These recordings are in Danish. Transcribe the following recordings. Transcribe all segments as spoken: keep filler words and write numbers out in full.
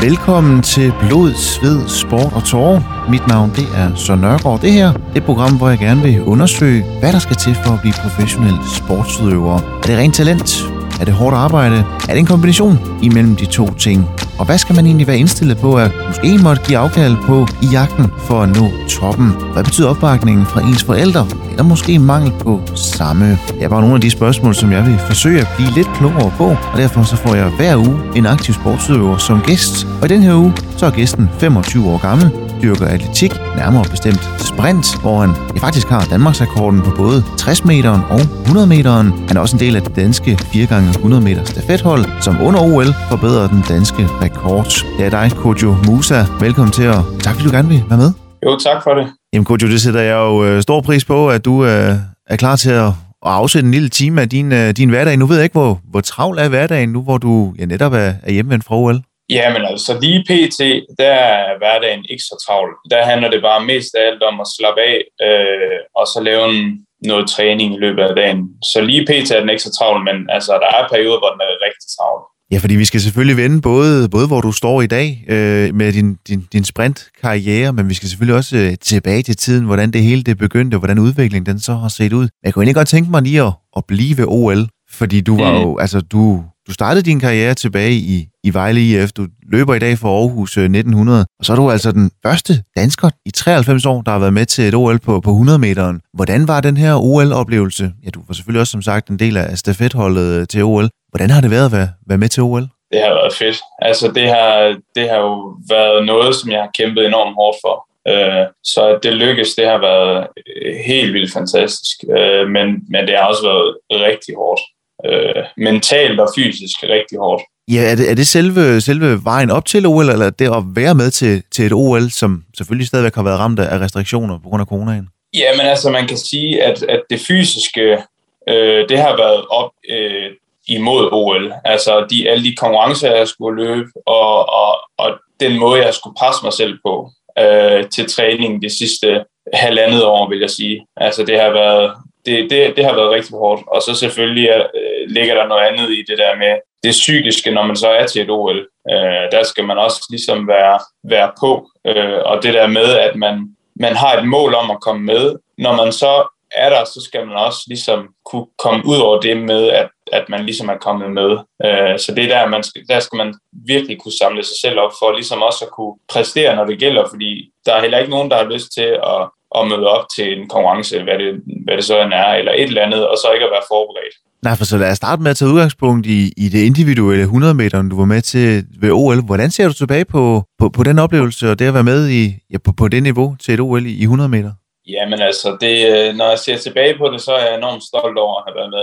Velkommen til Blod, Sved, Sport og Tårer. Mit navn det er Søren Nørgaard. Det her det er et program, hvor jeg gerne vil undersøge, hvad der skal til for at blive professionel sportsudøver. Er det rent talent? Er det hårdt arbejde? Er det en kombination imellem de to ting? Og hvad skal man egentlig være indstillet på at måske måtte give afkald på i jagten for at nå toppen? Hvad betyder opbakningen fra ens forældre? Eller måske mangel på samme? Det er bare nogle af de spørgsmål, som jeg vil forsøge at blive lidt klogere på. Og derfor så får jeg hver uge en aktiv sportsudøver som gæst. Og i den her uge, så er gæsten femogtyve år gammel, dyrker atletik, nærmere bestemt sprint, hvor han ja, faktisk har Danmarksrekorden på både tres meteren og hundrede meteren. Han er også en del af det danske fire gange hundrede meter stafethold, som under O L forbedrer den danske rekord. Det er dig, Kodjo Musa. Velkommen til, og tak fordi du gerne vil være med. Jo, tak for det. Jamen Kodjo, det sætter jeg jo øh, stor pris på, at du øh, er klar til at, at afsætte en lille time af din, øh, din hverdag. Nu ved jeg ikke, hvor, hvor travl er hverdagen nu, hvor du ja, netop er, er hjemvendt fra O L. Ja, men altså lige pt, der er hverdagen ikke så travl. Der handler det bare mest af alt om at slappe af, øh, og så lave en, noget træning i løbet af dagen. Så lige pt er den ikke så travl, men altså, der er perioder, hvor den er rigtig travl. Ja, fordi vi skal selvfølgelig vende både, både hvor du står i dag øh, med din, din, din sprintkarriere, men vi skal selvfølgelig også øh, tilbage til tiden, hvordan det hele det begyndte, og hvordan udviklingen den så har set ud. Men jeg kunne egentlig godt tænke mig lige at, at blive ved O L, fordi du var jo, mm. altså du... Du startede din karriere tilbage i, i Vejle I F. Du løber i dag for Aarhus nitten hundrede. Og så er du altså den første dansker i treoghalvfems år, der har været med til et O L på, på hundrede meteren. Hvordan var den her O L-oplevelse? Ja, du var selvfølgelig også som sagt en del af stafetholdet til O L. Hvordan har det været at være, være med til O L? Det har været fedt. Altså det har, det har jo været noget, som jeg har kæmpet enormt hårdt for. Uh, så at det lykkes, det har været helt vildt fantastisk. Uh, men, men det har også været rigtig hårdt. Øh, mentalt og fysisk rigtig hårdt. Ja, er det, er det selve, selve vejen op til O L, eller det at være med til, til et O L, som selvfølgelig stadigvæk har været ramt af restriktioner på grund af coronaen? Ja, men altså man kan sige, at, at det fysiske, øh, det har været op øh, imod O L. Altså de, alle de konkurrencer, jeg skulle løbe, og, og, og den måde, jeg skulle presse mig selv på øh, til træning de sidste halvandet år, vil jeg sige. Altså det har været... Det, det, det har været rigtig hårdt, og så selvfølgelig øh, ligger der noget andet i det der med det psykiske, når man så er til et O L. Øh, der skal man også ligesom være, være på, øh, og det der med, at man, man har et mål om at komme med. Når man så er der, så skal man også ligesom kunne komme ud over det med, at, at man ligesom er kommet med. Øh, så det er der, man skal, der skal man virkelig kunne samle sig selv op for ligesom også at kunne præstere, når det gælder, fordi der er heller ikke nogen, der har lyst til at og møde op til en konkurrence, hvad det, hvad det så er, eller et eller andet, og så ikke at være forberedt. Nej, for så lad os starte med at tage udgangspunkt i, i det individuelle hundrede meter, du var med til ved O L. Hvordan ser du tilbage på, på, på den oplevelse, og det at være med i, ja, på, på det niveau til et O L i, i hundrede meter? Jamen altså, det, når jeg ser tilbage på det, så er jeg enormt stolt over at have været med.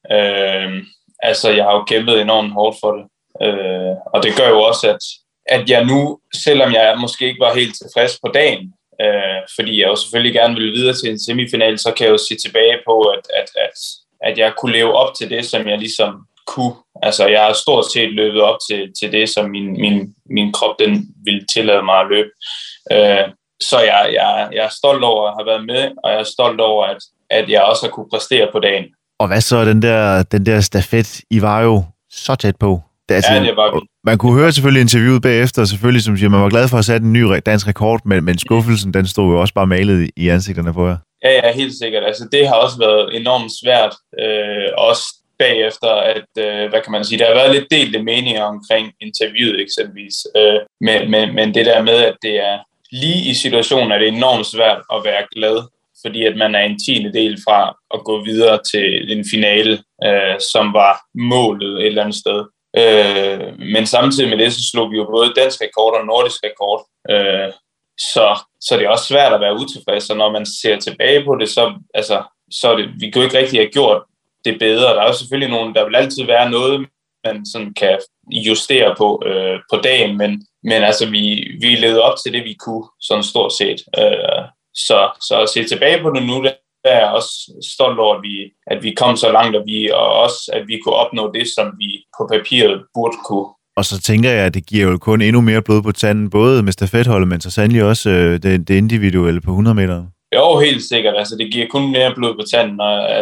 Øh, altså, jeg har jo kæmpet enormt hårdt for det, øh, og det gør jo også, at, at jeg nu, selvom jeg måske ikke var helt tilfreds på dagen, Øh, fordi jeg jo selvfølgelig gerne ville videre til en semifinal, så kan jeg jo se tilbage på, at, at, at, at jeg kunne leve op til det, som jeg ligesom kunne. Altså, jeg har stort set løbet op til, til det, som min, min, min krop den ville tillade mig at løbe. Øh, så jeg, jeg, jeg er stolt over at have været med, og jeg er stolt over, at, at jeg også har kunne præstere på dagen. Og hvad så den der, den der stafet? I var jo så tæt på. Det, altså, ja, det var vi. Man kunne høre selvfølgelig interviewet bagefter, selvfølgelig, som siger, man var glad for at sætte en ny dansk rekord, men, men skuffelsen, den stod jo også bare malet i ansigterne på jer. Ja, ja, helt sikkert. Altså, det har også været enormt svært, øh, også bagefter, at, øh, hvad kan man sige, der har været lidt delte meninger omkring interviewet eksempelvis, øh, men, men, men det der med, at det er lige i situationen, er det enormt svært at være glad, fordi at man er en tiende del fra at gå videre til en finale, øh, som var målet et eller andet sted. Øh, men samtidig med det, så slog vi jo både dansk rekord og nordisk rekord. Øh, så, så det er også svært at være utilfreds, og når man ser tilbage på det, så, altså, så er det, vi kunne ikke rigtig have gjort det bedre. Der er jo selvfølgelig nogen, der vil altid være noget, man sådan kan justere på, øh, på dagen, men, men altså, vi, vi levede op til det, vi kunne, sådan stort set. Øh, så, så at se tilbage på det nu, der er jeg også stolt over, at vi, at vi kom så langt, og, vi, og også, at vi kunne opnå det, som vi på papiret burde kunne. Og så tænker jeg, at det giver jo kun endnu mere blod på tanden, både med stafetholdet, men så sandelig også øh, det, det individuelle på hundrede meter. Jo, helt sikkert. Altså, det giver kun mere blod på tanden. Og, altså,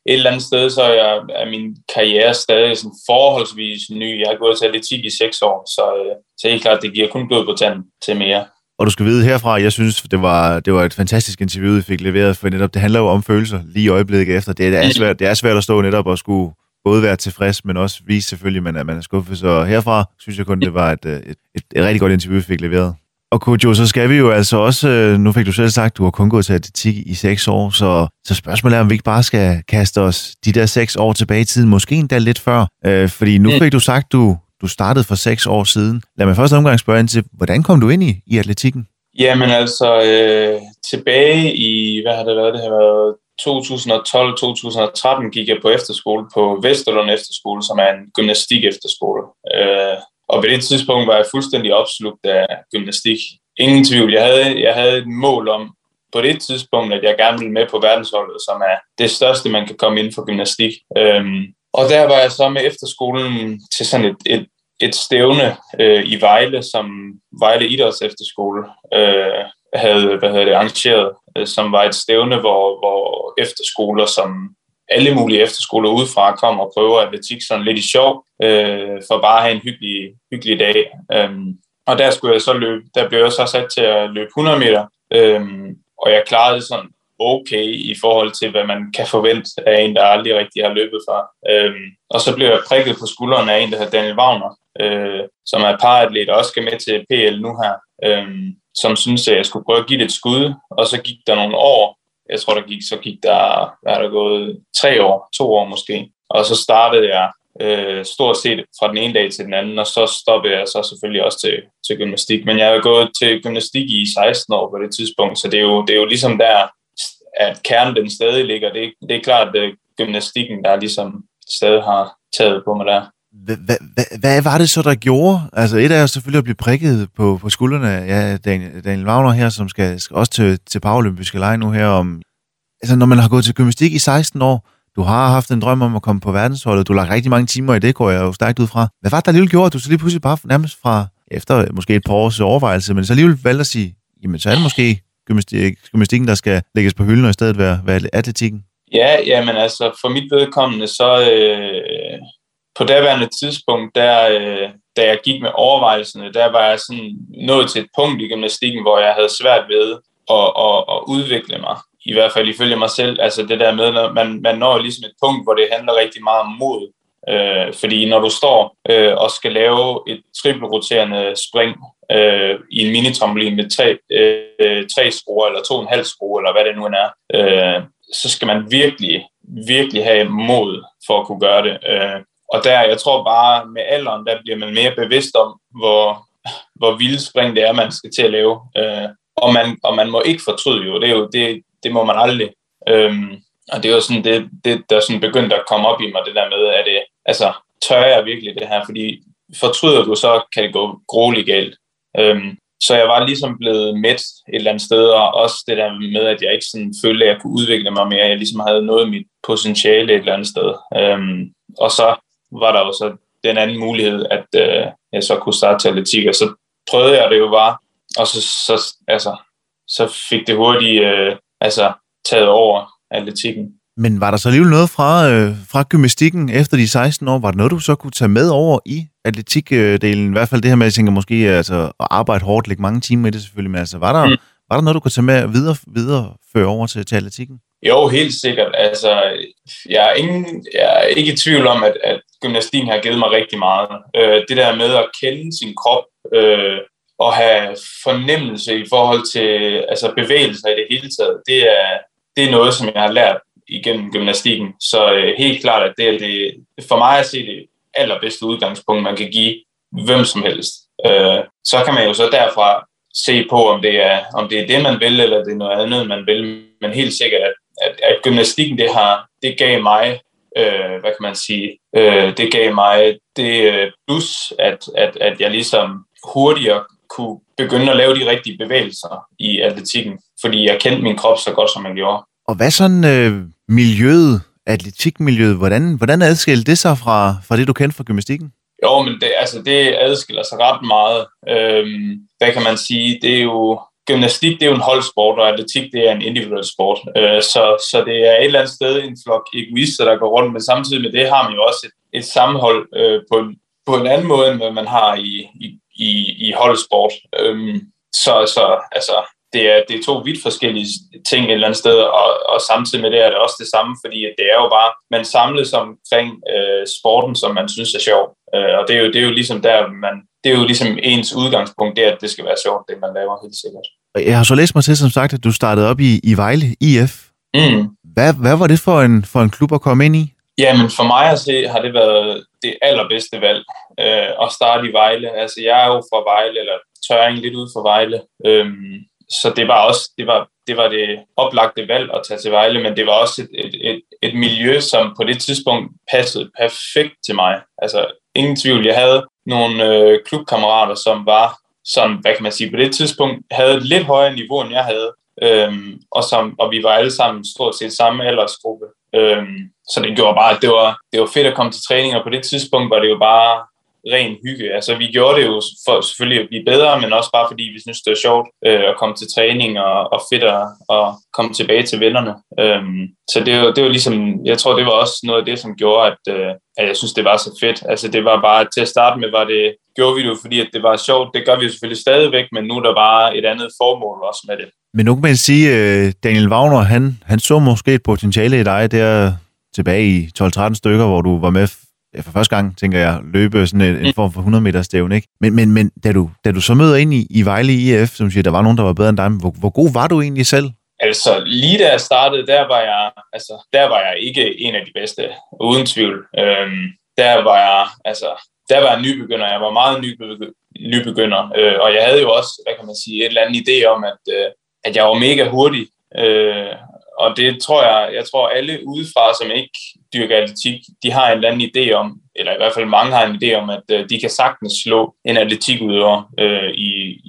eller andet sted, så er, jeg, er min karriere stadig sådan forholdsvis ny. Jeg har gået til atletik i seks år, så, øh, så helt klart, det giver kun blod på tanden til mere. Og du skal vide herfra, jeg synes, det var, det var et fantastisk interview, I fik leveret, for netop det handler jo om følelser lige i øjeblikket efter. Det er, svært, det er svært at stå netop og skulle både være tilfreds, men også vise selvfølgelig, at man er skuffet. Så herfra synes jeg kun, det var et, et, et, et rigtig godt interview, I fik leveret. Og Kojo, så skal vi jo altså også, nu fik du selv sagt, du har kun gået til atletik i seks år, så, så spørgsmålet er, om vi ikke bare skal kaste os de der seks år tilbage i tiden, måske endda lidt før, øh, fordi nu fik du sagt, du du startede for seks år siden. Lad mig først omgang spørge ind til, hvordan kom du ind i, i atletikken? Jamen altså, øh, tilbage i, hvad har det været, det har været to tusind og tolv til to tusind og tretten gik jeg på efterskole på Vesterlund Efterskole, som er en gymnastik efterskole. Øh, og på det tidspunkt var jeg fuldstændig opslugt af gymnastik. Ingen tvivl. Jeg havde, jeg havde et mål om på det tidspunkt, at jeg gerne ville med på verdensholdet, som er det største, man kan komme ind for gymnastik. Øh, og der var jeg så med efterskolen til sådan et, et et stævne øh, i Vejle, som Vejle Idræts Efterskole øh, havde hvad hedder det, arrangeret, øh, som var et stævne, hvor, hvor efterskoler, som alle mulige efterskoler udefra, kom og prøver atletik sådan lidt i sjov, øh, for bare at have en hyggelig, hyggelig dag. Um, og der skulle jeg så løbe, der blev jeg så sat til at løbe hundrede meter, um, og jeg klarede det sådan okay i forhold til, hvad man kan forvente af en, der aldrig rigtig har løbet fra. Um, og så blev jeg prikket på skulderen af en, der hedder Daniel Wagner, øh, som er paratlet og også skal med til P L nu her, øh, som synes, at jeg skulle prøve at give det et skud. Og så gik der nogle år. Jeg tror, der gik, så gik der, hvad er der gået, tre år, to år måske. Og så startede jeg øh, stort set fra den ene dag til den anden, og så stoppede jeg så selvfølgelig også til, til gymnastik. Men jeg har gået til gymnastik i seksten år på det tidspunkt, så det er jo, det er jo ligesom der, at kernen den stadig ligger. Det er, det er klart, at det er gymnastikken, der ligesom stadig har taget på mig der. Hvad var det så, der gjorde? Altså, et er jo selvfølgelig at blive prikket på, på skuldrene af Daniel, Daniel Wagner her, som skal, skal også til, til Paralympiske lege nu her. Om, altså, når man har gået til gymnastik i seksten år, du har haft en drøm om at komme på verdensholdet, du har lagt rigtig mange timer i det, går jeg jo stærkt ud fra. Hvad var det, der alligevel gjorde, at du så lige pludselig bare nærmest fra, efter måske et par års overvejelse, men så alligevel valgte at sige, jamen så er det måske gymnastik, gymnastikken, der skal lægges på hylden, og i stedet være, være atletikken? Ja, jamen altså, for mit vedkommende, så... Øh På daværende tidspunkt, der, øh, da jeg gik med overvejelserne, der var jeg sådan nået til et punkt i gymnastikken, hvor jeg havde svært ved at, at, at udvikle mig. I hvert fald ifølge mig selv. Altså det der med, at man, man når ligesom et punkt, hvor det handler rigtig meget om mod. Øh, fordi når du står øh, og skal lave et trippelroterende spring øh, i en minitrampolin med tre, øh, tre skruer, eller to og en halv skrue, eller hvad det nu er, øh, så skal man virkelig, virkelig have mod for at kunne gøre det. Øh, Og der, jeg tror bare, med alderen, der bliver man mere bevidst om, hvor, hvor vilde spring det er, man skal til at lave. Øh, og, man, og man må ikke fortryde jo, det, er jo, det, det må man aldrig. Øhm, og det er jo sådan det, det der sådan begyndte at komme op i mig, det der med, at det, altså, tør jeg virkelig det her? Fordi fortryder du, så kan det gå grueligt galt. Øhm, så jeg var ligesom blevet mæt et eller andet sted, og også det der med, at jeg ikke sådan følte, at jeg kunne udvikle mig mere. Jeg ligesom havde nået mit potentiale et eller andet sted. Øhm, og så var der jo så den anden mulighed, at øh, jeg så kunne starte til atletik, og så prøvede jeg det jo bare, og så, så, altså, så fik det hurtigt øh, altså, taget over atletikken. Men var der så alligevel noget fra, øh, fra gymnastikken efter de seksten år? Var det noget, du så kunne tage med over i atletikdelen? I hvert fald det her med, at jeg tænker måske altså, at arbejde hårdt, lægge mange timer i det selvfølgelig, men altså, var der, mm. var der noget, du kunne tage med videre, videre føre over til, til atletikken? Jo, helt sikkert. Altså, jeg er, ingen, jeg er ikke i tvivl om, at, at gymnastikken har givet mig rigtig meget. Øh, det der med at kende sin krop øh, og have fornemmelse i forhold til altså bevægelser i det hele taget, det er, det er noget, som jeg har lært igennem gymnastikken. Så øh, helt klart, at det er det, for mig at se det allerbedste udgangspunkt, man kan give hvem som helst. Øh, så kan man jo så derfra se på, om det er, om det er det, man vil, eller det er noget andet, man vil. Men helt sikkert, at, at, at gymnastikken, det, har, det gav mig, øh, hvad kan man sige, øh, det gav mig det plus, at, at, at jeg ligesom hurtigere kunne begynde at lave de rigtige bevægelser i atletikken, fordi jeg kendte min krop så godt, som jeg gjorde. Og hvad sådan øh, miljøet, atletikmiljøet, hvordan, hvordan adskilte det sig fra, fra det, du kendte fra gymnastikken? Jo, men det, altså, det adskiller sig ret meget. Øhm, hvad kan man sige? Det er jo, gymnastik, det er jo en holdsport, og atletik, det er en individuel sport. Øh, så, så det er et eller andet sted en flok egoister, der går rundt, men samtidig med det har man jo også et, et sammenhold øh, på, en, på en anden måde, end hvad man har i, i, i, i holdsport. Øh, så, så altså, det er, det er to vidt forskellige ting et eller andet sted, og, og samtidig med det er det også det samme, fordi det er jo bare, man samles omkring øh, sporten, som man synes er sjov. Øh, og det er, jo, det er jo ligesom der, man, det er jo ligesom ens udgangspunkt, det er, at det skal være sjovt, det man laver helt sikkert. Jeg har så læst mig til, som sagt, at du startede op i, i Vejle I F. Mm. Hvad, hvad var det for en, for en klub at komme ind i? Jamen for mig at se, har det været det allerbedste valg øh, at starte i Vejle. Altså jeg er jo fra Vejle, eller Tørring lidt ude for Vejle. Øhm, så det var også det var, det var det oplagte valg at tage til Vejle, men det var også et, et, et, et miljø, som på det tidspunkt passede perfekt til mig. Altså ingen tvivl, jeg havde nogle øh, klubkammerater, som var sådan, hvad kan man sige, på det tidspunkt havde et lidt højere niveau, end jeg havde. Øhm, og, som, og vi var alle sammen stort set samme aldersgruppe. Øhm, så det gjorde bare, at det var, det var fedt at komme til træning, og på det tidspunkt var det jo bare ren hygge. Altså vi gjorde det jo for selvfølgelig at blive bedre, men også bare fordi vi synes det var sjovt øh, at komme til træning og, og fedt at, at komme tilbage til vennerne. Øhm, så det var, det var ligesom, jeg tror det var også noget af det, som gjorde, at, øh, at jeg synes det var så fedt. Altså det var bare, til at starte med var det, gjorde vi det jo fordi at det var sjovt. Det gør vi jo selvfølgelig stadigvæk, men nu er der bare et andet formål også med det. Men nu kan man sige, at Daniel Wagner, han, han så måske et potentiale i dig der tilbage i tolv tretten stykker, hvor du var med for første gang, tænker jeg, løbe sådan en, en form for hundrede meter stævne, ikke? Men, men, men da, du, da du så møder ind i, i Vejle I F, som siger, der var nogen, der var bedre end dig, hvor, hvor god var du egentlig selv? Altså, lige da jeg startede, der var jeg, altså, der var jeg ikke en af de bedste, uden tvivl. Øhm, der var jeg, altså, der var jeg nybegynder, jeg var meget nybegynder, nybegynder øh, og jeg havde jo også, hvad kan man sige, et eller andet idé om, at, øh, at jeg var mega hurtig, øh, og det tror jeg, jeg tror alle udefra, som ikke dyrker atletik, de har en eller anden idé om, eller i hvert fald mange har en idé om, at øh, de kan sagtens slå en atletikudøver øh, i,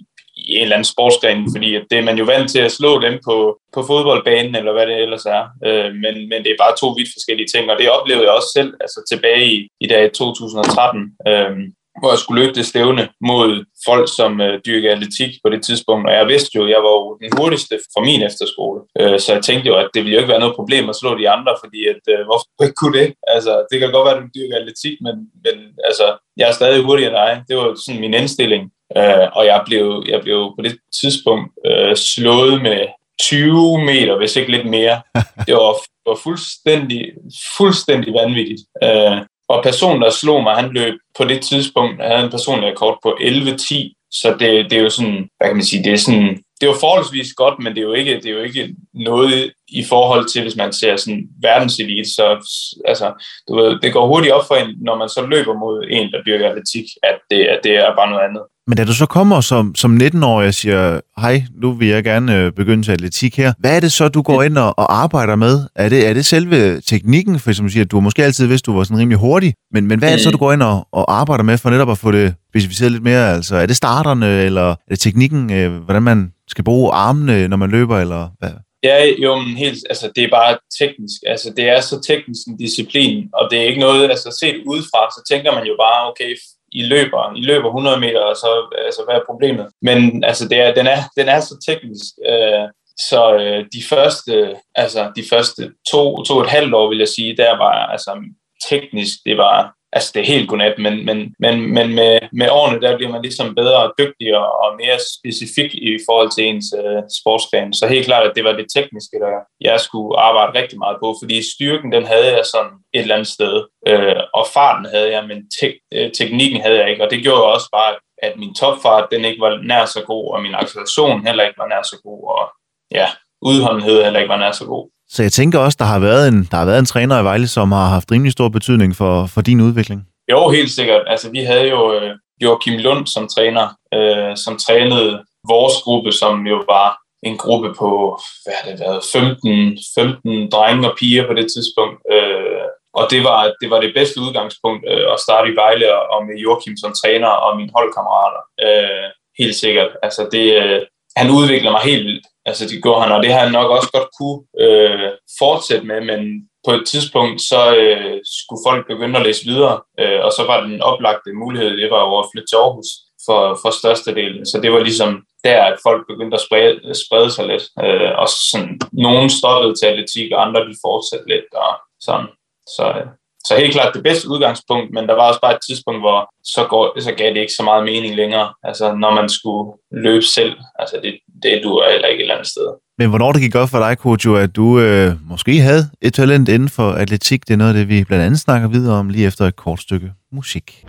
i en eller anden sportsgren, fordi at det er man jo vant til at slå dem på, på fodboldbanen, eller hvad det ellers er. Øh, men, men det er bare to vidt forskellige ting, og det oplevede jeg også selv, altså tilbage i, i dag to tusind og tretten, øh, hvor jeg skulle løbe det stævne mod folk, som øh, dyrker atletik på det tidspunkt. Og jeg vidste jo, at jeg var jo den hurtigste fra min efterskole. Øh, så jeg tænkte jo, at det ville jo ikke være noget problem at slå de andre, fordi at, øh, hvorfor ikke kunne det? Altså, det kan godt være, at du dyrker atletik, men, men altså, jeg er stadig hurtigere end dig. Det var sådan min indstilling. Øh, og jeg blev, jeg blev på det tidspunkt øh, slået med tyve meter, hvis ikke lidt mere. Det var, det var fuldstændig, fuldstændig vanvittigt. Øh, Og personen, der slog mig, han løb på det tidspunkt, havde en personlig rekord på elleve ti, så det, det er jo sådan, hvad kan man sige, det er sådan, det er jo forholdsvis godt, men det er jo ikke, det er jo ikke noget i forhold til, hvis man ser sådan verdenselite, så altså, du ved, det går hurtigt op for en, når man så løber mod en, der dyrker atletik, at det, at det er bare noget andet. Men da du så kommer som, som nitten-årig og siger, hej, nu vil jeg gerne begynde til atletik her, hvad er det så, du går ind og, og arbejder med? Er det, er det selve teknikken? For som du siger, du har måske altid vidst, du var sådan rimelig hurtig, men, men hvad er det så, du går ind og, og arbejder med for netop at få det specificeret lidt mere? Altså, er det starterne, eller er det teknikken, hvordan man skal bruge armene, når man løber, eller hvad? Ja, jo, men helt, altså det er bare teknisk, altså det er så teknisk en disciplin, og det er ikke noget, altså set udefra, så tænker man jo bare, okay, I løber, I løber hundrede meter, og så, altså hvad er problemet? Men altså det er, den, er, den er så teknisk, øh, så øh, de første, altså de første to, to og et halvt år, vil jeg sige, der var altså teknisk, det var, altså det er helt godnat, men, men, men, men med, med årene, der bliver man ligesom bedre og dygtigere og mere specifik i forhold til ens øh, sportsgren. Så helt klart, at det var det tekniske, der jeg skulle arbejde rigtig meget på, fordi styrken, den havde jeg sådan et eller andet sted, øh, og farten havde jeg, men te- øh, teknikken havde jeg ikke, og det gjorde også bare, at min topfart, den ikke var nær så god, og min acceleration heller ikke var nær så god, og ja, udholdenhed heller ikke var nær så god. Så jeg tænker også, der har været en, der har været en træner i Vejle, som har haft rimelig stor betydning for, for din udvikling. Jo, helt sikkert. Altså, vi havde jo øh, Joachim Lund som træner, øh, som trænede vores gruppe, som jo var en gruppe på, hvad har det været, femten, femten drenge og piger på det tidspunkt. Øh, og det var, det var det bedste udgangspunkt øh, at starte i Vejle, og med Joachim som træner og mine holdkammerater. Øh, helt sikkert. Altså, det, øh, han udvikler mig helt vildt. Altså det gjorde han, og det har han nok også godt kunne øh, fortsætte med, men på et tidspunkt så øh, skulle folk begynde at læse videre, øh, og så var den oplagte mulighed, det var jo at flytte til Aarhus for, for størstedelen. Så det var ligesom der, at folk begyndte at sprede, sprede sig lidt. Øh, og sådan, nogen stoppede til atletik, og andre de fortsatte lidt. Og sådan. Så, så helt klart det bedste udgangspunkt, men der var også bare et tidspunkt, hvor så, går, så gav det ikke så meget mening længere. Altså når man skulle løbe selv. Altså det, det duer heller ikke et eller andet sted. Men hvornår det gik op for dig, Kodjo, at du øh, måske havde et talent inden for atletik? Det er noget af det, vi blandt andet snakker videre om lige efter et kort stykke musik.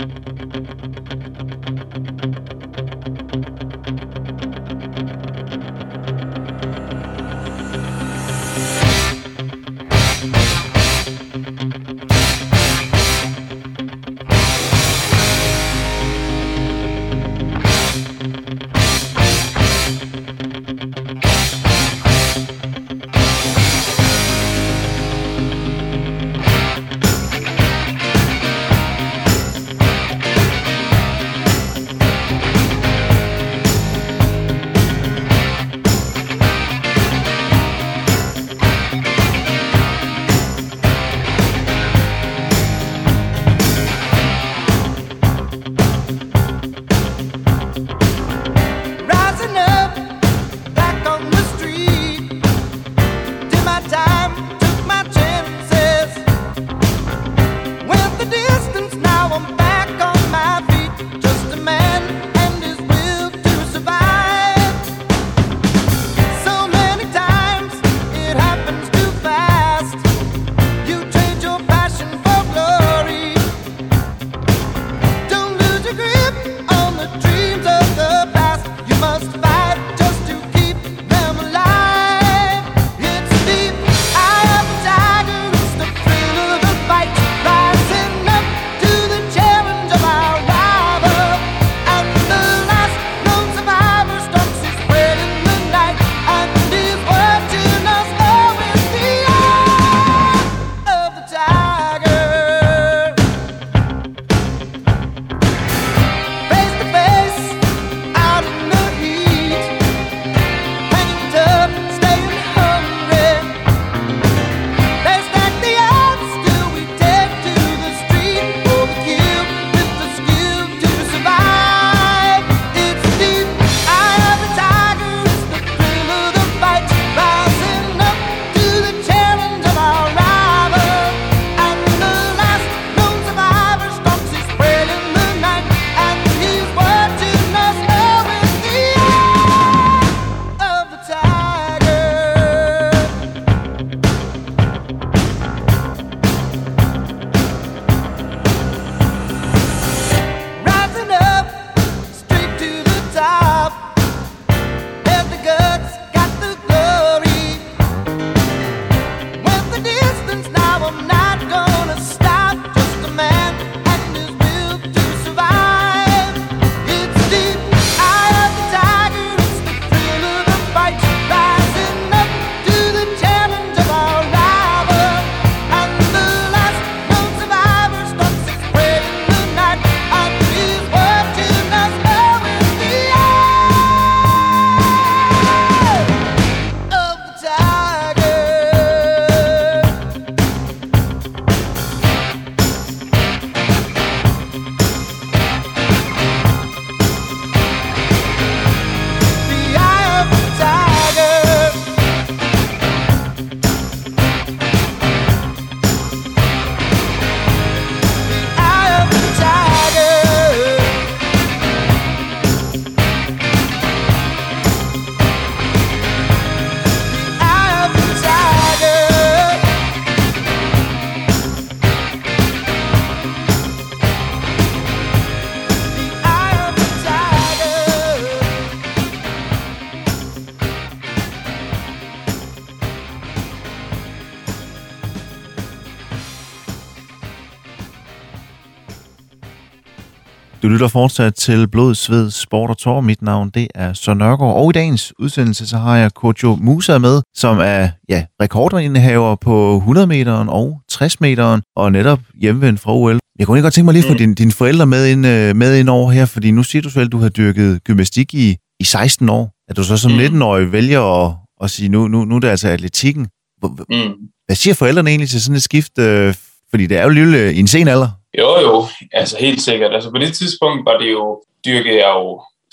Du lytter fortsat til Blod, Sved, Sport og Tårer. Mit navn, det er Søren Nørgaard. Og i dagens udsendelse, så har jeg Kodjo Musa med, som er ja, rekordindehaver på hundrede meteren og tres meteren, og netop hjemvendt fra O L. Jeg kunne ikke godt tænke mig lige at få mm. dine, dine forældre med ind, med ind over her, fordi nu siger du selv, at du har dyrket gymnastik i, i seksten år. At du så som mm. nitten-årig vælger at, at sige, nu, nu, nu er det altså atletikken. Mm. Hvad siger forældrene egentlig til sådan et skift? Fordi det er jo lille i en sen alder. Jo, jo, altså helt sikkert. Altså på det tidspunkt var det jo, dyrkede jeg jo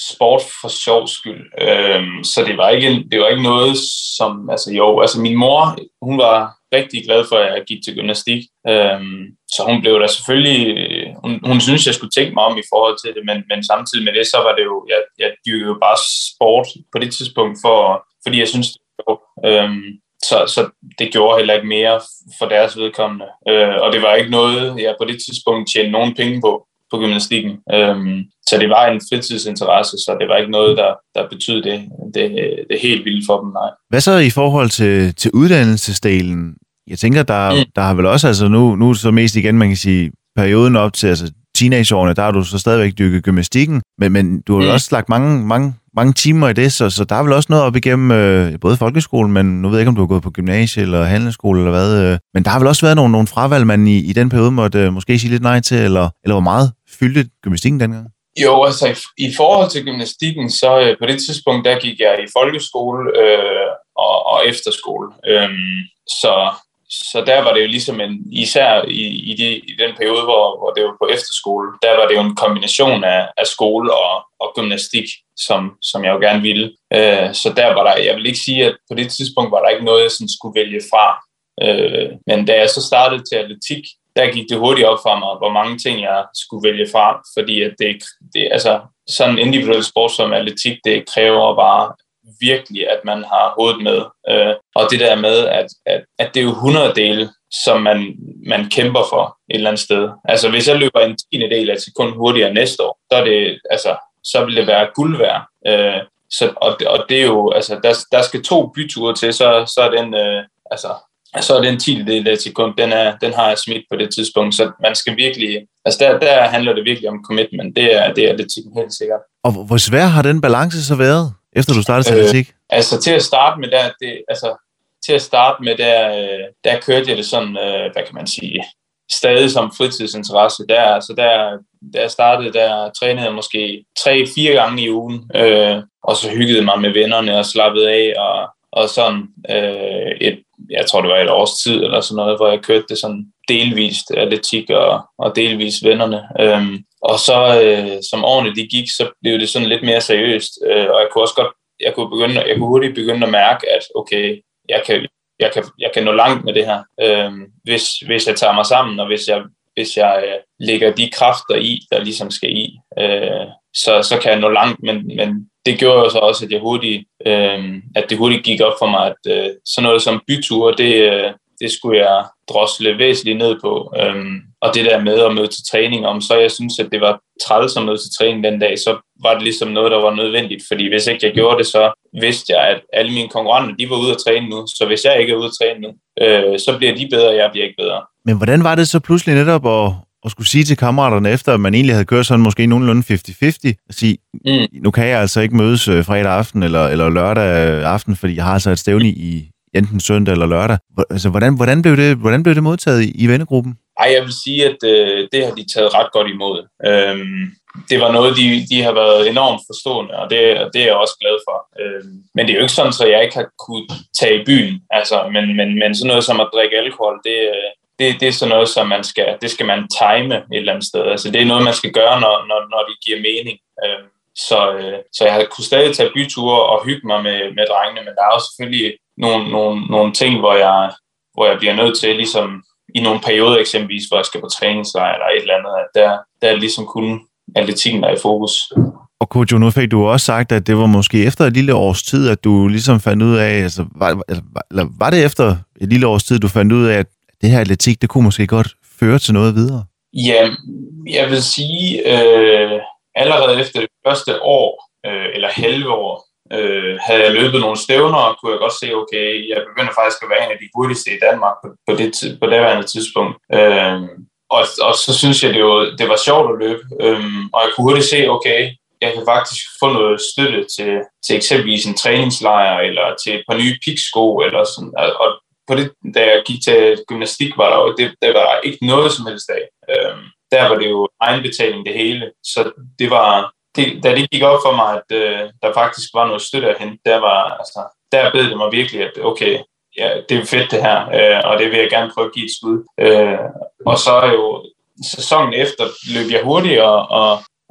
sport for sjov skyld. Øhm, så det var, ikke, det var ikke noget, som... Altså jo, altså min mor, hun var rigtig glad for, at jeg gik til gymnastik. Øhm, så hun blev da selvfølgelig... Hun, hun synes, jeg skulle tænke mig om i forhold til det, men, men samtidig med det, så var det jo... Jeg, jeg dyrkede jo bare sport på det tidspunkt, for, fordi jeg synes, det var jo, øhm, så, så det gjorde heller ikke mere for deres vedkommende. Øh, og det var ikke noget, jeg på det tidspunkt tjente nogen penge på. på gymnastikken. Øhm, så det var en fritidsinteresse, så det var ikke noget, der, der betød det, det, det helt vildt for dem, nej. Hvad så i forhold til, til uddannelsesdelen? Jeg tænker, der, mm. der har vel også, altså nu, nu så mest igen, man kan sige, perioden op til altså teenageårene, der har du så stadigvæk dykket gymnastikken, men, men du har mm. også lagt mange, mange, mange timer i det, så, så der er vel også noget op igennem øh, både folkeskolen, men nu ved jeg ikke, om du har gået på gymnasie eller handelsskole eller hvad, øh, men der har vel også været nogle, nogle fravalg, man i, i den periode måtte øh, måske sige lidt nej til, eller, eller hvor meget fyldte gymnastikken dengang? Jo, altså i, i forhold til gymnastikken, så øh, på det tidspunkt, der gik jeg i folkeskole øh, og, og efterskole. Øhm, så, så der var det jo ligesom en, især i, i, de, i den periode, hvor, hvor det var på efterskole, der var det jo en kombination af, af skole og, og gymnastik, som, som jeg jo gerne ville. Øh, så der var der, jeg vil ikke sige, at på det tidspunkt var der ikke noget, jeg sådan skulle vælge fra. Øh, men da jeg så startede til atletik, der gik det hurtigt op for mig, hvor mange ting jeg skulle vælge fra, fordi at det, det altså sådan en individuel sport som atletik, det kræver bare virkelig, at man har hovedet med. Øh, og det der med, at, at, at det er jo hundrede dele, som man, man kæmper for et eller andet sted. Altså hvis jeg løber en tiende del af et sekund hurtigere næste år, så er det, altså, så vil det være guld værd. Øh, så, og, og det er jo, altså der, der skal to byture til, så, så er den, øh, altså så er den tiendedel af et sekund, den, er, den har jeg smidt på det tidspunkt, så man skal virkelig, altså der, der handler det virkelig om commitment, det er det er atletikken helt sikkert. Og hvor svær har den balance så været, efter du startede til atletik? Øh, altså til at starte med der, det, altså til at starte med der, der kørte jeg det sådan, øh, hvad kan man sige, stadig som fritidsinteresse. Der, altså der, der jeg startede, der trænede jeg måske tre-fire gange i ugen, øh, og så hyggede mig med vennerne og slappede af, og, og sådan øh, et, jeg tror det var et års tid eller sådan noget, hvor jeg kørte det sådan delvist atletik og, og delvist vennerne. Øhm, og så øh, som årene de gik, så blev det sådan lidt mere seriøst, øh, og jeg kunne også godt, jeg kunne begynde, jeg kunne hurtigt begynde at mærke, at okay, jeg kan, jeg kan, jeg kan nå langt med det her, øhm, hvis, hvis jeg tager mig sammen, og hvis jeg, hvis jeg øh, lægger de kræfter i, der ligesom skal i, øh, så, så kan jeg nå langt, men, men det gjorde jo så også, at, jeg hurtigt, øh, at det hurtigt gik op for mig, at øh, sådan noget som byture, det, øh, det skulle jeg drosle væsentligt ned på. Øhm, og det der med at møde til træning, om så jeg synes, at det var træls at møde til træning den dag, så var det ligesom noget, der var nødvendigt. Fordi hvis ikke jeg gjorde det, så vidste jeg, at alle mine konkurrenter, de var ude at træne nu. Så hvis jeg ikke er ude at træne nu, øh, så bliver de bedre, og jeg bliver ikke bedre. Men hvordan var det så pludselig netop at, at skulle sige til kammeraterne, efter at man egentlig havde kørt sådan måske nogenlunde halvtreds halvtreds, at sige, mm. nu kan jeg altså ikke mødes fredag aften eller, eller lørdag aften, fordi jeg har altså et stævne i enten søndag eller lørdag. Altså, hvordan, hvordan, blev det, hvordan blev det modtaget i, i vennegruppen? Ej, jeg vil sige, at øh, det har de taget ret godt imod. Øhm, det var noget, de, de har været enormt forstående, og det, det er jeg også glad for. Øhm, men det er jo ikke sådan, at jeg ikke har kunnet tage i byen. Altså, men, men, men sådan noget som at drikke alkohol, det, det, det er sådan noget, som man skal, det skal man time et eller andet sted. Altså, det er noget, man skal gøre, når, når, når det giver mening. Øhm, så, øh, så jeg har kunnet stadig tage byture og hygge mig med, med drengene, men der er også selvfølgelig nogle, nogle, nogle ting, hvor jeg, hvor jeg bliver nødt til, ligesom i nogle perioder eksempelvis, hvor jeg skal på træningslejr eller et eller andet, at der, der er ligesom kun atletikken, der er i fokus. Og Kojo, nu fik du også sagt, at det var måske efter et lille års tid, at du ligesom fandt ud af, altså var, eller var det efter et lille års tid, du fandt ud af, at det her atletik, det kunne måske godt føre til noget videre? Ja, jeg vil sige, øh, allerede efter det første år, øh, eller halve år, Øh, havde jeg løbet nogle stævner, og kunne jeg godt se, okay, jeg begynder faktisk at være en af de hurtigste i Danmark på, på det på daværende tidspunkt. Øh, og, og så synes jeg, det var, det var sjovt at løbe, øh, og jeg kunne hurtigt se, okay, jeg kan faktisk få noget støtte til, til eksempelvis en træningslejr, eller til et par nye piksko, eller sådan. Og på det, da jeg gik til gymnastik, var der jo, det, der var ikke noget som helst af. Øh, der var det jo egenbetaling det hele, så det var... Det, da det gik op for mig, at øh, der faktisk var noget støtte at hente, der, var, altså, der bed det mig virkelig, at okay, ja, det er fedt det her, øh, og det vil jeg gerne prøve at give et skud. Øh, og så er jo sæsonen efter løb jeg hurtigt, og, og,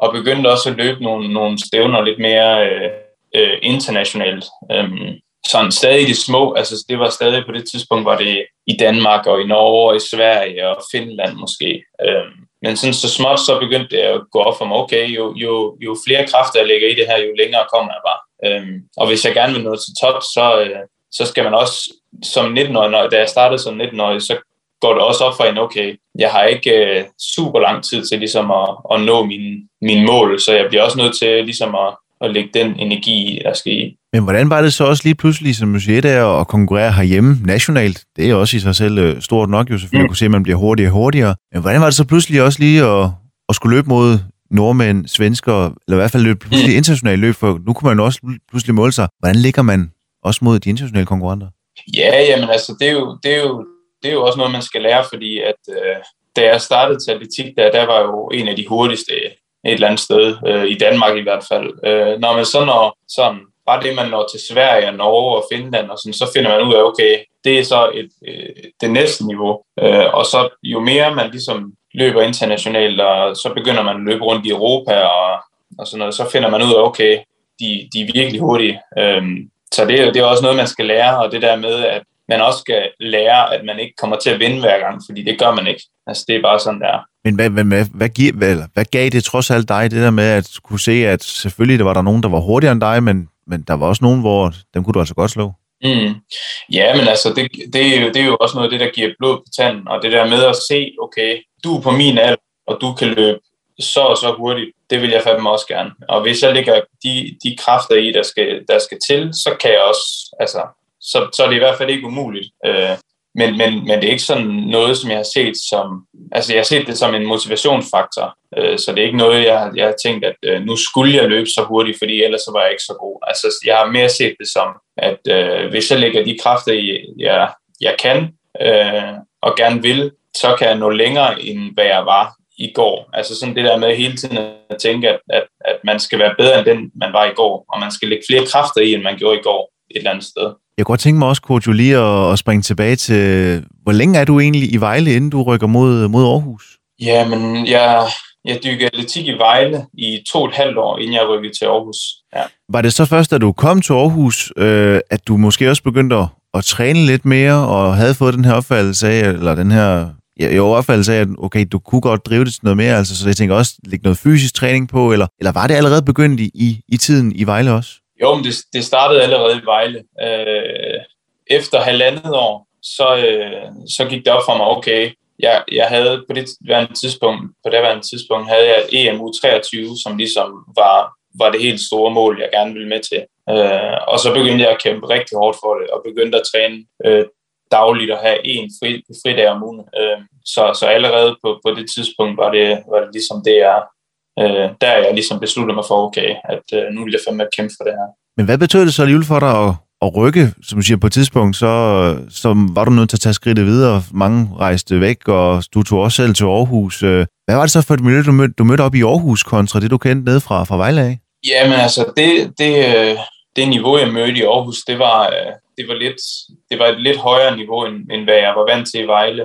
og begyndte også at løbe nogle, nogle stævner lidt mere øh, øh, internationalt. Øhm, sådan stadig de små, altså det var stadig på det tidspunkt, var det i Danmark og i Norge og i Sverige og Finland måske. Øhm, men sådan så småt så begyndte det at gå op for mig, okay, jo, jo, jo flere kræfter jeg lægger i det her, jo længere kommer jeg bare. Øhm, og hvis jeg gerne vil nå til top, så, øh, så skal man også som nitten-årig, da jeg startede som nitten-årig, så går det også op for en, okay, jeg har ikke øh, super lang tid til ligesom at, at nå mine, mine mål, så jeg bliver også nødt til ligesom at, at lægge den energi, der skal i. Men hvordan var det så også lige pludselig, som du siger, der at konkurrere herhjemme nationalt? Det er jo også i sig selv stort nok, jo selvfølgelig mm. at kunne se, at man bliver hurtigere og hurtigere. Men hvordan var det så pludselig også lige at, at skulle løbe mod nordmænd, svensker, eller i hvert fald løbe pludselig mm. internationalt løb, for nu kunne man jo også pludselig måle sig. Hvordan ligger man også mod de internationale konkurrenter? Ja, jamen altså, det er jo, det er jo, det er jo også noget, man skal lære, fordi at øh, da jeg startede til atletik, der, der var jo en af de hurtigste et eller andet sted, øh, i Danmark i hvert fald. Øh, når man så når sådan, bare det, man når til Sverige og Norge og Finland, og sådan, så finder man ud af, okay, det er så et, øh, det næste niveau. Øh, og så jo mere man ligesom løber internationalt, og så begynder man at løbe rundt i Europa og, og sådan noget, så finder man ud af, okay, de, de er virkelig hurtige. Øh, så det, det er også noget, man skal lære, og det der med, at man også skal lære, at man ikke kommer til at vinde hver gang, fordi det gør man ikke. Altså, det er bare sådan, der. Men hvad, hvad, hvad, hvad, giver, hvad, hvad gav det trods alt dig, det der med at kunne se, at selvfølgelig der var der nogen, der var hurtigere end dig, men, men der var også nogen, hvor dem kunne du altså godt slå? Mm. Ja, men altså, det, det, er jo, det er jo også noget af det, der giver blod på tanden, og det der med at se, okay, du er på min alder, og du kan løbe så og så hurtigt, det vil jeg fandme også gerne. Og hvis jeg lægger de, de kræfter i, der skal, der skal til, så kan jeg også, altså, så, så er det i hvert fald ikke umuligt. Øh, men, men, men det er ikke sådan noget, som jeg har set som, altså jeg har set det som en motivationsfaktor, øh, så det er ikke noget, jeg, jeg har tænkt, at øh, nu skulle jeg løbe så hurtigt, fordi ellers så var jeg ikke så god. Altså jeg har mere set det som, at øh, hvis jeg lægger de kræfter i, jeg, jeg kan øh, og gerne vil, så kan jeg nå længere, end hvad jeg var i går. Altså sådan det der med hele tiden at tænke, at, at, at man skal være bedre end den, man var i går, og man skal lægge flere kræfter i, end man gjorde i går et eller andet sted. Jeg kunne godt tænke mig også, coach, lige at, at springe tilbage til, hvor længe er du egentlig i Vejle, inden du rykker mod, mod Aarhus? Jamen, jeg, jeg dykkede atletik i Vejle i to og et halvt år, inden jeg rykkede til Aarhus. Ja. Var det så først, da du kom til Aarhus, øh, at du måske også begyndte at, at træne lidt mere, og havde fået den her opfattelse af, eller den her ja, jo, opfattelse af, at okay, du kunne godt drive det til noget mere, altså, så jeg tænker også, lægge noget fysisk træning på, eller, eller var det allerede begyndt i, i, i tiden i Vejle også? Jo, men det, det startede allerede i Vejle. Øh, efter halvandet år, så, øh, så gik det op for mig, okay, jeg, jeg havde på det tidspunkt, på det værende tidspunkt, havde jeg et E M U treogtyve, som ligesom var, var det helt store mål, jeg gerne ville med til. Øh, og så begyndte jeg at kæmpe rigtig hårdt for det, og begyndte at træne øh, dagligt og have en fri, fridag om ugen. Øh, så, så allerede på, på det tidspunkt var det, var det ligesom det, jeg Øh, der er jeg ligesom besluttet mig for, okay, at øh, nu vil jeg fandme kæmpe for det her. Men hvad betød det så alligevel for dig at, at rykke, som du siger, på et tidspunkt, så, så var du nødt til at tage skridtet videre, mange rejste væk, og du tog også selv til Aarhus. Hvad var det så for et miljø, du mødte, du mødte op i Aarhus, kontra det, du kendte ned fra, fra Vejle af? Jamen altså, det, det, det niveau, jeg mødte i Aarhus, det var, det var, lidt, det var et lidt højere niveau, end, end hvad jeg var vant til i Vejle.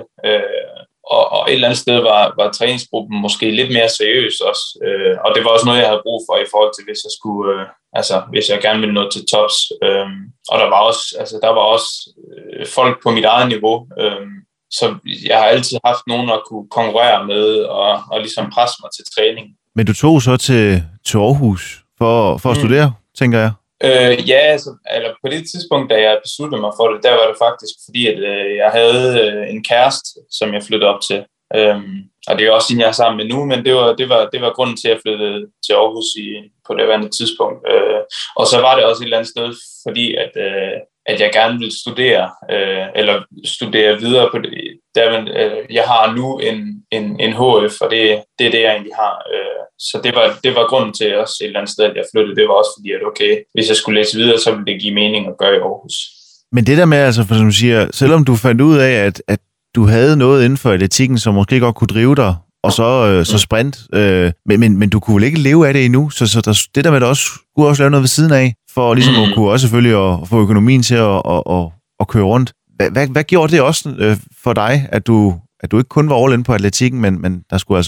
Og, og et eller andet sted var, var træningsgruppen måske lidt mere seriøs også. Øh, og det var også noget, jeg havde brug for i forhold til, hvis jeg skulle, øh, altså hvis jeg gerne ville nå til tops. Øh, og der var også, altså der var også øh, folk på mit eget niveau. Øh, så jeg har altid haft nogen at kunne konkurrere med og, og ligesom presse mig til træning. Men du tog så til, til Aarhus for, for at mm. studere, tænker jeg? Øh, ja, altså, eller på det tidspunkt, da jeg besluttede mig for det, der var det faktisk fordi, at øh, jeg havde øh, en kæreste, som jeg flyttede op til. Øhm, og det er også hende, jeg er sammen med nu, men det var, det var, det var grunden til, at jeg flyttede til Aarhus i, på det værende tidspunkt. Øh, og så var det også et eller andet sted, fordi at, øh, at jeg gerne ville studere, øh, eller studere videre på det. Der, øh, jeg har nu en, en, en H F, og det, det er det, jeg egentlig har. Øh, så det var, det var grunden til også et eller andet sted, at jeg flyttede. Det var også fordi, at okay, hvis jeg skulle læse videre, så ville det give mening at gøre i Aarhus. Men det der med, altså, for som du siger, selvom du fandt ud af, at, at du havde noget inden for atletikken, som måske godt kunne drive dig, og så, øh, så sprint, øh, men, men, men du kunne vel ikke leve af det endnu, så, så der, det der med, at du også kunne også lave noget ved siden af, for ligesom mm. at kunne også selvfølgelig at, at få økonomien til at, at, at, at køre rundt. Hvad, hvad, hvad gjorde det også øh, for dig, at du, at du ikke kun var all in på atletikken, men, men der skulle altså også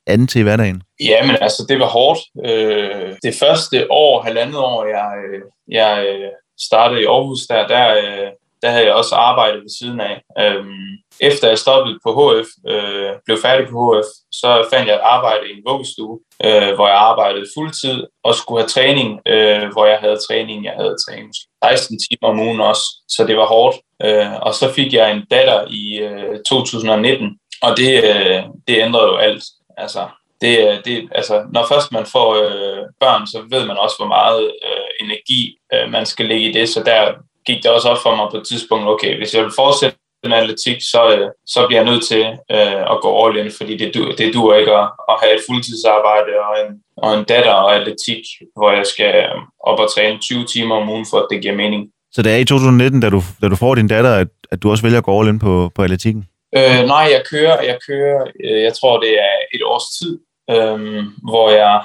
an til i hverdagen? Ja, men altså, det var hårdt. Øh, det første år, halvandet år, jeg, jeg startede i Aarhus, der, der, der havde jeg også arbejdet ved siden af. Øh, efter jeg stoppede på H F, øh, blev færdig på H F, så fandt jeg et arbejde i en vuggestue, øh, hvor jeg arbejdede fuldtid og skulle have træning, øh, hvor jeg havde træning. Jeg havde træning seksten timer om ugen også, så det var hårdt. Øh, og så fik jeg en datter i øh, to tusind nitten, og det, øh, det ændrede jo alt. Altså, det, det, altså, når først man får øh, børn, så ved man også, hvor meget øh, energi øh, man skal lægge i det. Så der gik det også op for mig på et tidspunkt, okay, hvis jeg vil fortsætte den atletik, så, øh, så bliver jeg nødt til øh, at gå all in, fordi det, det duer ikke at, at have et fuldtidsarbejde og en, og en datter og atletik, hvor jeg skal op og træne tyve timer om ugen, for at det giver mening. Så det er i to tusind nitten, da du, da du får din datter, at, at du også vælger at gå all in på, på atletikken? Øh, nej, jeg kører, jeg kører, øh, jeg tror det er et års tid, øh, hvor jeg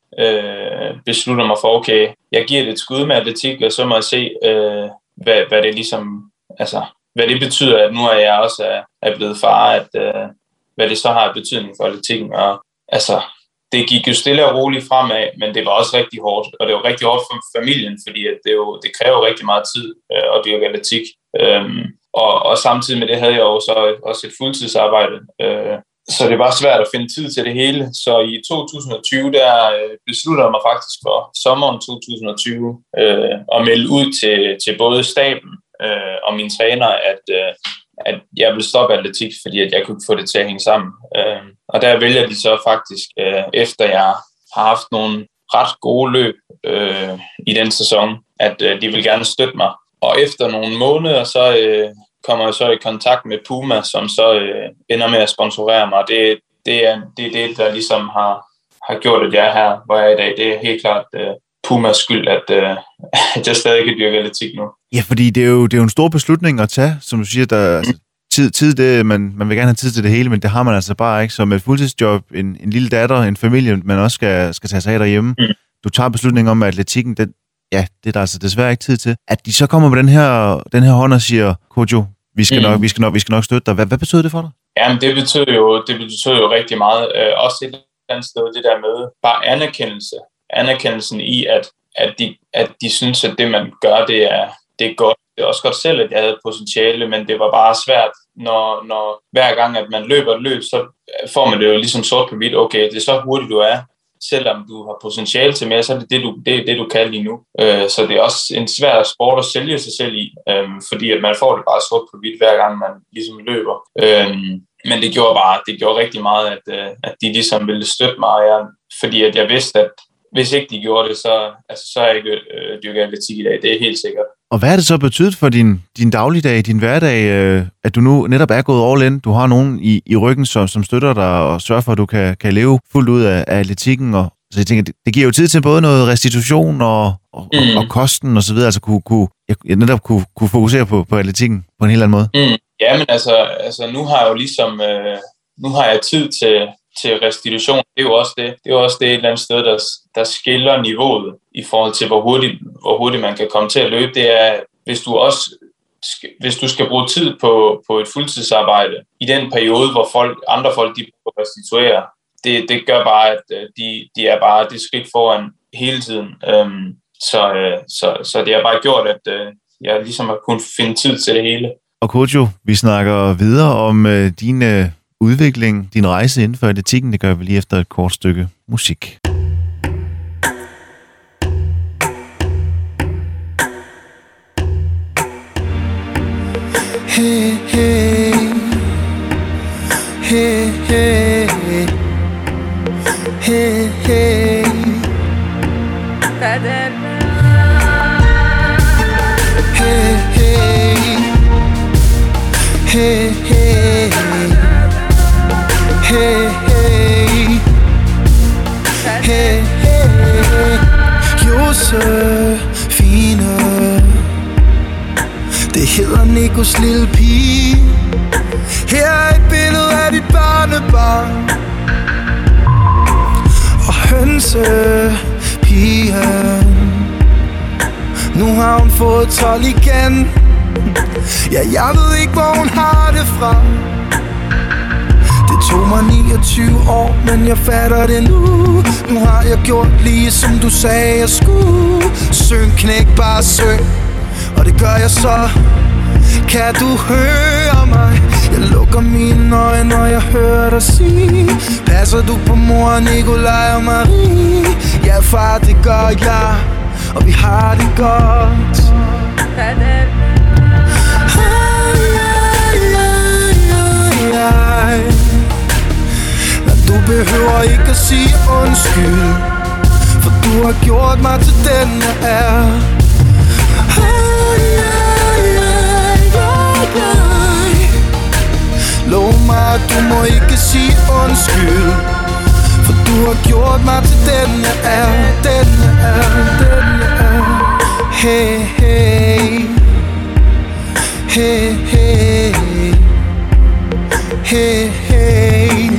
øh, beslutter mig for, okay, jeg giver det et skud med atletik, og så må jeg se, øh, hvad, hvad det ligesom, altså, hvad det betyder, at nu er jeg også er, er blevet far, at øh, hvad det så har af betydning for atletikken, og altså, det gik jo stille og roligt fremad, men det var også rigtig hårdt, og det var rigtig hårdt for familien, fordi at det, jo, det kræver rigtig meget tid øh, at dyrke atletik. Øhm, og, og samtidig med det havde jeg jo så også et fuldtidsarbejde, øh, så det var svært at finde tid til det hele. Så i to tusind tyve, der øh, besluttede jeg mig faktisk for sommeren to tusind tyve øh, at melde ud til, til både staben øh, og mine træner, at, øh, at jeg ville stoppe atletik, fordi at jeg kunne ikke få det til at hænge sammen. Øh, og der vælger de så faktisk, øh, efter jeg har haft nogle ret gode løb øh, i den sæson, at øh, de vil gerne støtte mig. Og efter nogle måneder, så øh, kommer jeg så i kontakt med Puma, som så øh, ender med at sponsorere mig. Det, det er det, er det der ligesom har, har gjort, at jeg er her, hvor jeg er i dag. Det er helt klart øh, Pumas skyld, at, øh, at jeg stadig kan dyrke atletik nu. Ja, fordi det er jo, det er jo en stor beslutning at tage, som du siger, der altså, tid, tid det, man, man vil gerne have tid til det hele, men det har man altså bare ikke. Som et fuldtidsjob, en, en lille datter, en familie, man også skal, skal tage sig af derhjemme. Mm. Du tager beslutningen om, at atletikken, den, ja, det er der altså desværre ikke tid til. At de så kommer på den her, den her hånd og siger, Kojo, vi skal, mm. nok, vi, skal nok, vi skal nok støtte dig. Hvad, hvad betyder det for dig? Jamen, det betyder jo, det betyder jo rigtig meget. Øh, også et eller andet sted, det der med bare anerkendelse. Anerkendelsen i, at, at, de, at de synes, at det, man gør, det er, det er godt. Det er også godt selv, at jeg havde potentiale, men det var bare svært, når, når hver gang, at man løber et løb, så får man det jo ligesom sort på hvidt. Okay, det er så hurtigt, du er. Selvom du har potentiale til mere, så er det det, du, det, det, du kan lige nu. Øh, så det er også en svær sport at sælge sig selv i, øh, fordi at man får det bare sort på hvidt, hver gang man ligesom løber. Øh, men det gjorde bare, det gjorde rigtig meget, at, øh, at de ligesom ville støtte mig, jeg, fordi at jeg vidste, at hvis ikke de gjorde det, så, altså, så er jeg ikke øh, dyrket atletik i dag. Det er helt sikkert. Og hvad har det så betydet for din, din dagligdag, din hverdag, øh, at du nu netop er gået all in? Du har nogen i, i ryggen, som, som støtter dig og sørger for, at du kan, kan leve fuldt ud af, af atletikken. Og, så jeg tænker, det, det giver jo tid til både noget restitution og, og, mm. og, og kosten og så videre. Altså kunne, kunne, jeg netop kunne, kunne fokusere på, på atletikken på en helt anden måde. Mm. Ja, men altså, altså nu har jeg jo ligesom, øh, nu har jeg tid til... til restitution. Det er jo også det. Det er jo også det et eller andet sted, der, der skiller niveauet i forhold til, hvor hurtigt, hvor hurtigt man kan komme til at løbe. Det er, hvis du også hvis du skal bruge tid på, på et fuldtidsarbejde i den periode, hvor folk, andre folk de restituerer, det, det gør bare, at de, de er bare det skridt foran hele tiden. Um, så, så, så det har bare gjort, at uh, jeg ligesom har kunnet finde tid til det hele. Og Kojo, vi snakker videre om uh, dine udvikling, din rejse inden for atletikken, det gør vi lige efter et kort stykke musik. Hey, hey, hey, hey, hey, hey. Hey, hey, hey, hey. Hey, hey, hey, hey, Josefine. Det hedder Nikos lille pige. Her er et billede af dit barnebarn og hønsepigen. Nu har hun fået tolv igen. Ja, jeg ved ikke, hvor hun har det fra. Det tog mig niogtyve år, men jeg fatter det nu. Nu har jeg gjort lige som du sagde jeg skulle. Syng, knæk, bare syng, og det gør jeg så. Kan du høre mig? Jeg lukker mine øjne, når jeg hører dig sige: passer du på mor, Nikolaj og Marie? Ja far, det gør jeg, og vi har det godt. Men du behøver ikke at sige undskyld, for du har gjort mig til den jeg er. Lov mig, at du må ikke sige undskyld, for du har gjort mig til den jeg er. Den jeg er, den jeg er. Hey, hey. Hey, hey. Hey, hey.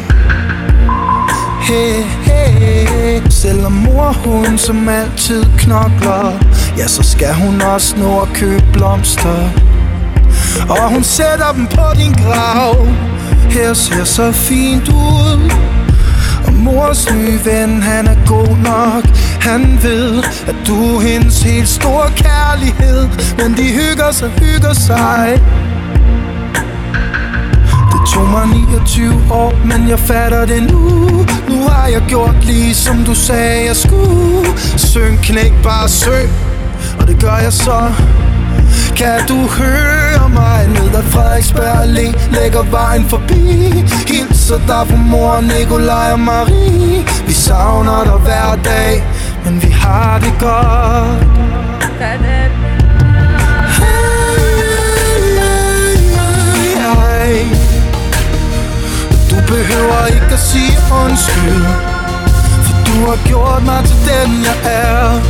Hey, hey. Selvom mor hun som altid knokler, ja så skal hun også nå at købe blomster, og hun sætter dem på din grav. Her ser så fint ud, og mors nye ven, han er god nok. Han ved, at du er hendes helt store kærlighed, men de hygger sig, hygger sig. Det tog mig niogtyve år, men jeg fatter det nu. Nu har jeg gjort lige som du sagde jeg skulle. Syng, knæk, bare syng, og det gør jeg så. Kan du høre mig? Ned ad Frederiksberg Allé lægger vejen forbi. Hilser dig fra mor, Nikolaj og Marie. Vi savner dig hver dag, men vi har det godt. Du behøver ikke at sige undskyld, for du har gjort mig til den jeg er.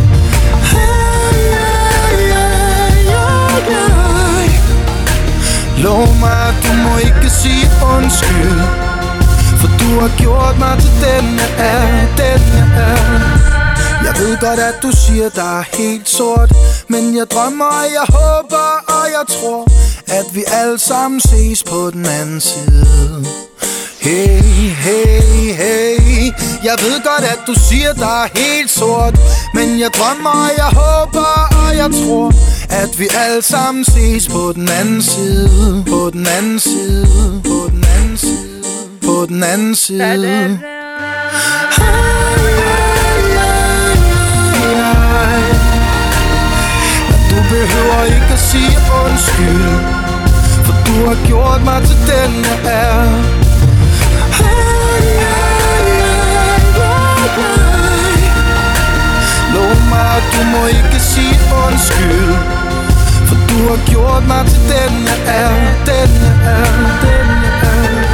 Lov mig, at du må ikke sige undskyld, for du har gjort mig til den jeg er, den jeg er. Jeg ved godt, at du siger, der er helt sort, men jeg drømmer, og jeg håber, og jeg tror, at vi alle sammen ses på den anden side. Hey, hey, hey. Jeg ved godt, at du siger, der er helt sort, men jeg drømmer, og jeg håber, og jeg tror, at vi alle sammen ses på den anden side. På den anden side. På den anden side. På den anden side. Du behøver ikke at sige undskyld, for du har gjort mig til den jeg er. Lov mig, at du må ikke sige undskyld, for du har gjort mig til den jeg er. Den jeg er, den jeg er.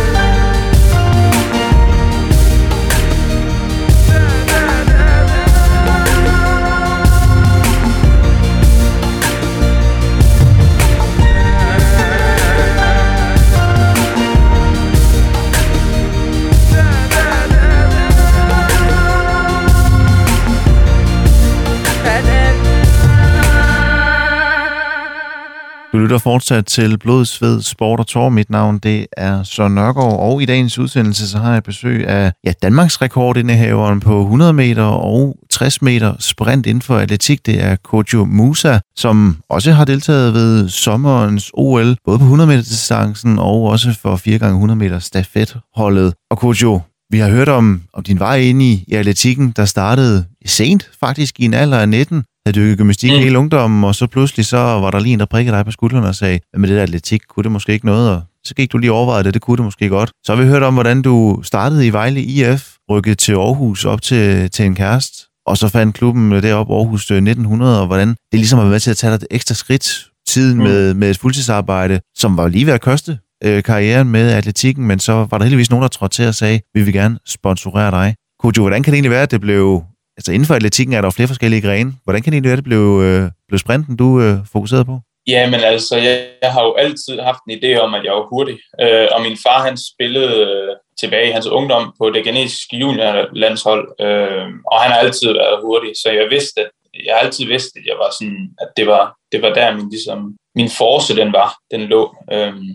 Du lytter fortsat til Blod, Sved, Sport og Tårer. Mit navn, det er Søren Nørgaard, og i dagens udsendelse så har jeg besøg af ja, Danmarks rekordindehaveren på hundrede meter og tres meter sprint inden for atletik. Det er Kodjo Musa, som også har deltaget ved sommerens O L, både på hundrede meter distancen og også for fire gange hundrede meter stafetholdet. Og Kodjo, vi har hørt om, om din vej ind i, i atletikken, der startede sent, faktisk i en alder af nitten. Havde dykket gymnastik mm. hele ungdommen, og så pludselig så var der lige en, der prikkede dig på skuldrene og sagde, at med det der atletik kunne det måske ikke noget, og så gik du lige overvejet det, det kunne det måske godt. Så har vi hørt om, hvordan du startede i Vejle I F, rykkede til Aarhus op til, til en kæreste, og så fandt klubben deroppe Aarhus nitten hundrede, og hvordan det ligesom har været med til at tage dig et ekstra skridt tiden mm. med, med et fuldtidsarbejde, som var lige ved at koste øh, karrieren med atletikken, men så var der heldigvis nogen, der trådte til og sagde, vi vil gerne sponsorere dig. Kodjo, hvordan kan det egentlig være, at det blev... Altså inden for atletikken er der jo flere forskellige grene. Hvordan kan det egentlig være, det blev, øh, blev sprinten, du øh, fokuseret på? Jamen altså, jeg, jeg har jo altid haft en idé om, at jeg var hurtig. Øh, og min far, han spillede øh, tilbage i hans ungdom på det ghanesiske juniorlandshold. Øh, og han har altid været hurtig, så jeg vidste, at jeg har altid vidst, at jeg var sådan, at det var, det var der min, ligesom, min force, den var, den lå. Øh,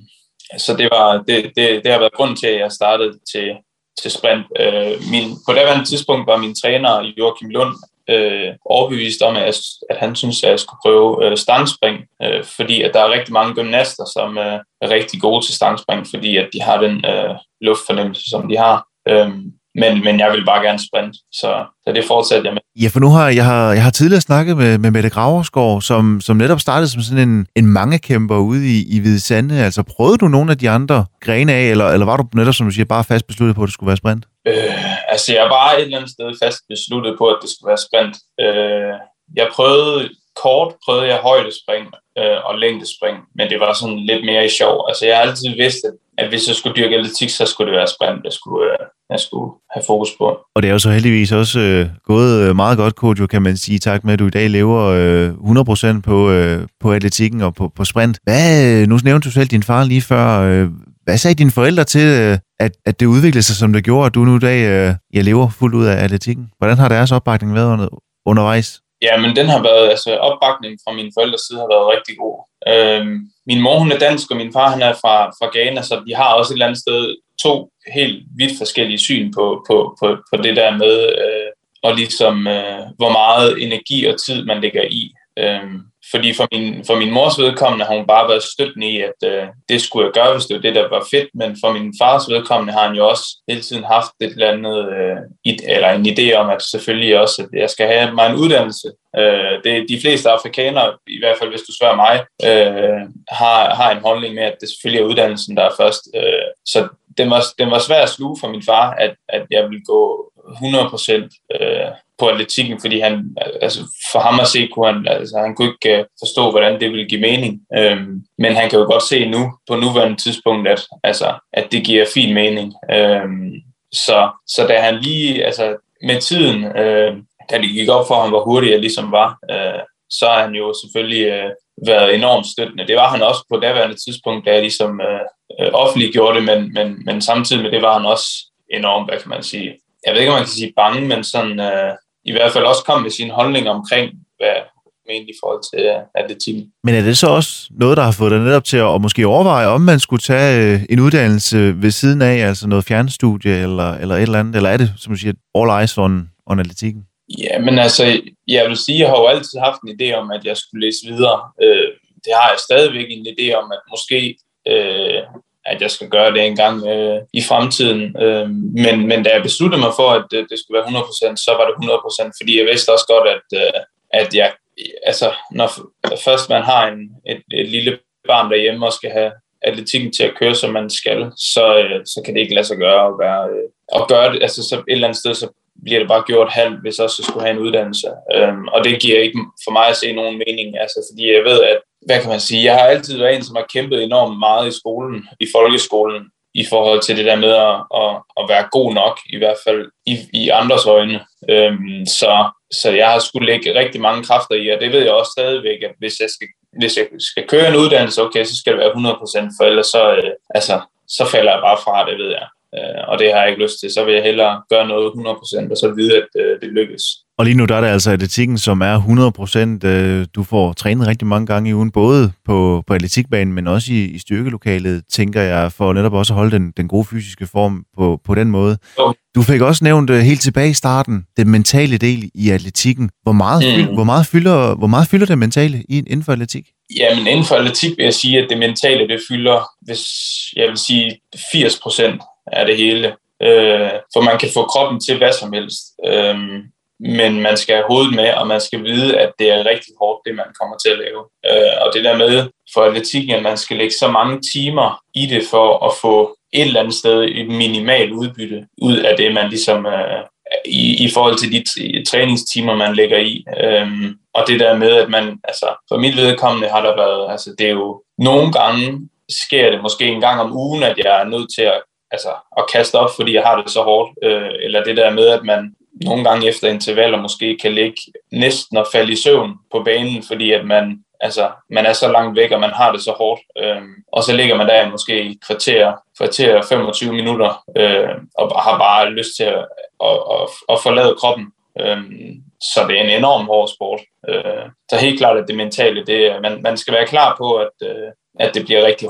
så det, var, det, det, det har været grunden til, at jeg startede til, til sprint. Øh, min, på daværende tidspunkt var min træner, Joachim Lund, øh, overbevist om, at, at han synes, at jeg skulle prøve øh, stangspring, øh, fordi at der er rigtig mange gymnaster, som øh, er rigtig gode til stangspring, fordi at de har den øh, luftfornemmelse, som de har. Øh, Men, men jeg vil bare gerne sprint, så, så det fortsatte jeg med. Ja, for nu har jeg har, jeg har tidligere snakket med, med Mette Graversgaard, som, som netop startede som sådan en, en mangekæmper ude i, i Hvide Sande. Altså, prøvede du nogle af de andre grene af, eller, eller var du netop, som du siger, bare fast besluttet på, at det skulle være sprint? Øh, altså, jeg var et eller andet sted fast besluttet på, at det skulle være sprint. Øh, jeg prøvede kort, prøvede jeg højdespring øh, og længdespring, men det var sådan lidt mere i sjov. Altså, jeg har altid vidst, at at hvis jeg skulle dyrke atletik, så skulle det være sprint, jeg skulle, øh, jeg skulle have fokus på. Og det er jo så heldigvis også øh, gået meget godt, Kodjo, kan man sige, tak med, at du i dag lever øh, hundrede procent på, øh, på atletikken og på, på sprint. Hvad, nu nævnte du selv din far lige før. Øh, hvad sagde dine forældre til, øh, at, at det udviklede sig, som det gjorde, at du nu i dag øh, jeg lever fuldt ud af atletikken? Hvordan har deres opbakning været under, undervejs? Ja, men den har været, altså opbakningen fra mine forældres side har været rigtig god. Øhm, min mor, hun er dansk, og min far, han er fra, fra Ghana, så de har også et eller andet sted to helt vidt forskellige syn på, på, på, på det der med, øh, og ligesom øh, hvor meget energi og tid man lægger i. Øhm, fordi for min, for min mors vedkommende har hun bare været støttende i, at øh, det skulle jeg gøre, hvis det var det, der var fedt, men for min fars vedkommende har han jo også hele tiden haft et eller andet, øh, et, eller en idé om, at selvfølgelig også, at jeg skal have mig en uddannelse. Øh, det, de fleste afrikanere, i hvert fald hvis du spørger mig, øh, har, har en holdning med, at det selvfølgelig er uddannelsen, der er først. Øh, så den var, den var svær at sluge for min far, at, at jeg ville gå hundrede procent øh, på atletikken, fordi han, altså for ham at se, kunne han, altså han kunne ikke forstå, hvordan det ville give mening. Øhm, men han kan jo godt se nu, på nuværende tidspunkt, at, altså, at det giver fin mening. Øhm, så, så da han lige, altså med tiden, øh, da det gik op for ham, hvor hurtig jeg ligesom var, øh, så har han jo selvfølgelig øh, været enormt støttende. Det var han også på daværende tidspunkt, da jeg ligesom øh, offentliggjorde det, men, men, men samtidig med det var han også enormt, hvad kan man sige, jeg ved ikke, om man kan sige bange, men sådan øh, i hvert fald også kom med sine holdninger omkring, hvad jeg mente i forhold til øh, atletikken. Men er det så også noget, der har fået dig netop til at, at måske overveje, om man skulle tage øh, en uddannelse ved siden af, altså noget fjernstudie eller, eller et eller andet, eller er det, som du siger, all eyes on, on atletikken? Ja, men altså, jeg vil sige, jeg har jo altid haft en idé om, at jeg skulle læse videre. Øh, det har jeg stadigvæk en idé om, at måske... Øh, at jeg skal gøre det en gang øh, i fremtiden. Øh, men, men da jeg besluttede mig for, at det, det skulle være hundrede procent, så var det hundrede procent, fordi jeg vidste også godt, at, øh, at jeg, altså, når først man har en, et, et lille barn derhjemme og skal have atletikken til at køre, som man skal, så, øh, så kan det ikke lade sig gøre at, være, øh, at gøre det. Altså, så et eller andet sted, så bliver det bare gjort halvt, hvis også jeg skulle have en uddannelse. Øh, og det giver ikke for mig at se nogen mening, altså, fordi jeg ved, at hvad kan man sige? Jeg har altid været en, som har kæmpet enormt meget i skolen, i folkeskolen, i forhold til det der med at, at, at være god nok, i hvert fald i, i andres øjne. Øhm, så, så jeg har skulle lægge rigtig mange kræfter i, og det ved jeg også stadigvæk, at hvis jeg skal, hvis jeg skal køre en uddannelse, okay, så skal det være hundrede procent, for ellers så, øh, altså, så falder jeg bare fra, det ved jeg. Øh, og det har jeg ikke lyst til. Så vil jeg hellere gøre noget hundrede procent, og så vide, at øh, det lykkes. Og lige nu der er det altså atletikken, som er hundrede procent. Du får trænet rigtig mange gange i ugen, både på, på atletikbanen, men også i, i styrkelokalet, tænker jeg, for netop også at holde den, den gode fysiske form på, på den måde. Okay. Du fik også nævnt helt tilbage i starten, den mentale del i atletikken. Hvor meget, mm. fylder, hvor meget, fylder, hvor meget fylder det mentale inden for atletik? Jamen inden for atletik vil jeg sige, at det mentale, det fylder, hvis jeg vil sige firs procent af det hele. Øh, for man kan få kroppen til hvad som helst. Øh, Men man skal have hovedet med, og man skal vide, at det er rigtig hårdt, det man kommer til at lave. Øh, og det der med for atletikken, at man skal lægge så mange timer i det for at få et eller andet sted et minimalt udbytte ud af det, man ligesom øh, i, i forhold til de t- træningstimer, man lægger i. Øh, og det der med, at man, altså for mit vedkommende har der været, altså det er jo nogle gange sker det måske en gang om ugen, at jeg er nødt til at, altså, at kaste op, fordi jeg har det så hårdt. Øh, eller det der med, at man nogle gange efter intervaller måske kan ligge næsten og falde i søvn på banen, fordi at man, altså, man er så langt væk, og man har det så hårdt. Øhm, og så ligger man der måske i kvarter, kvarter femogtyve minutter, øh, og har bare lyst til at, at, at, at forlade kroppen. Øhm, så det er en enorm hård sport. Øh, så helt klart, at det mentale, det, man, man skal være klar på, at, øh, at det bliver rigtig hårdt.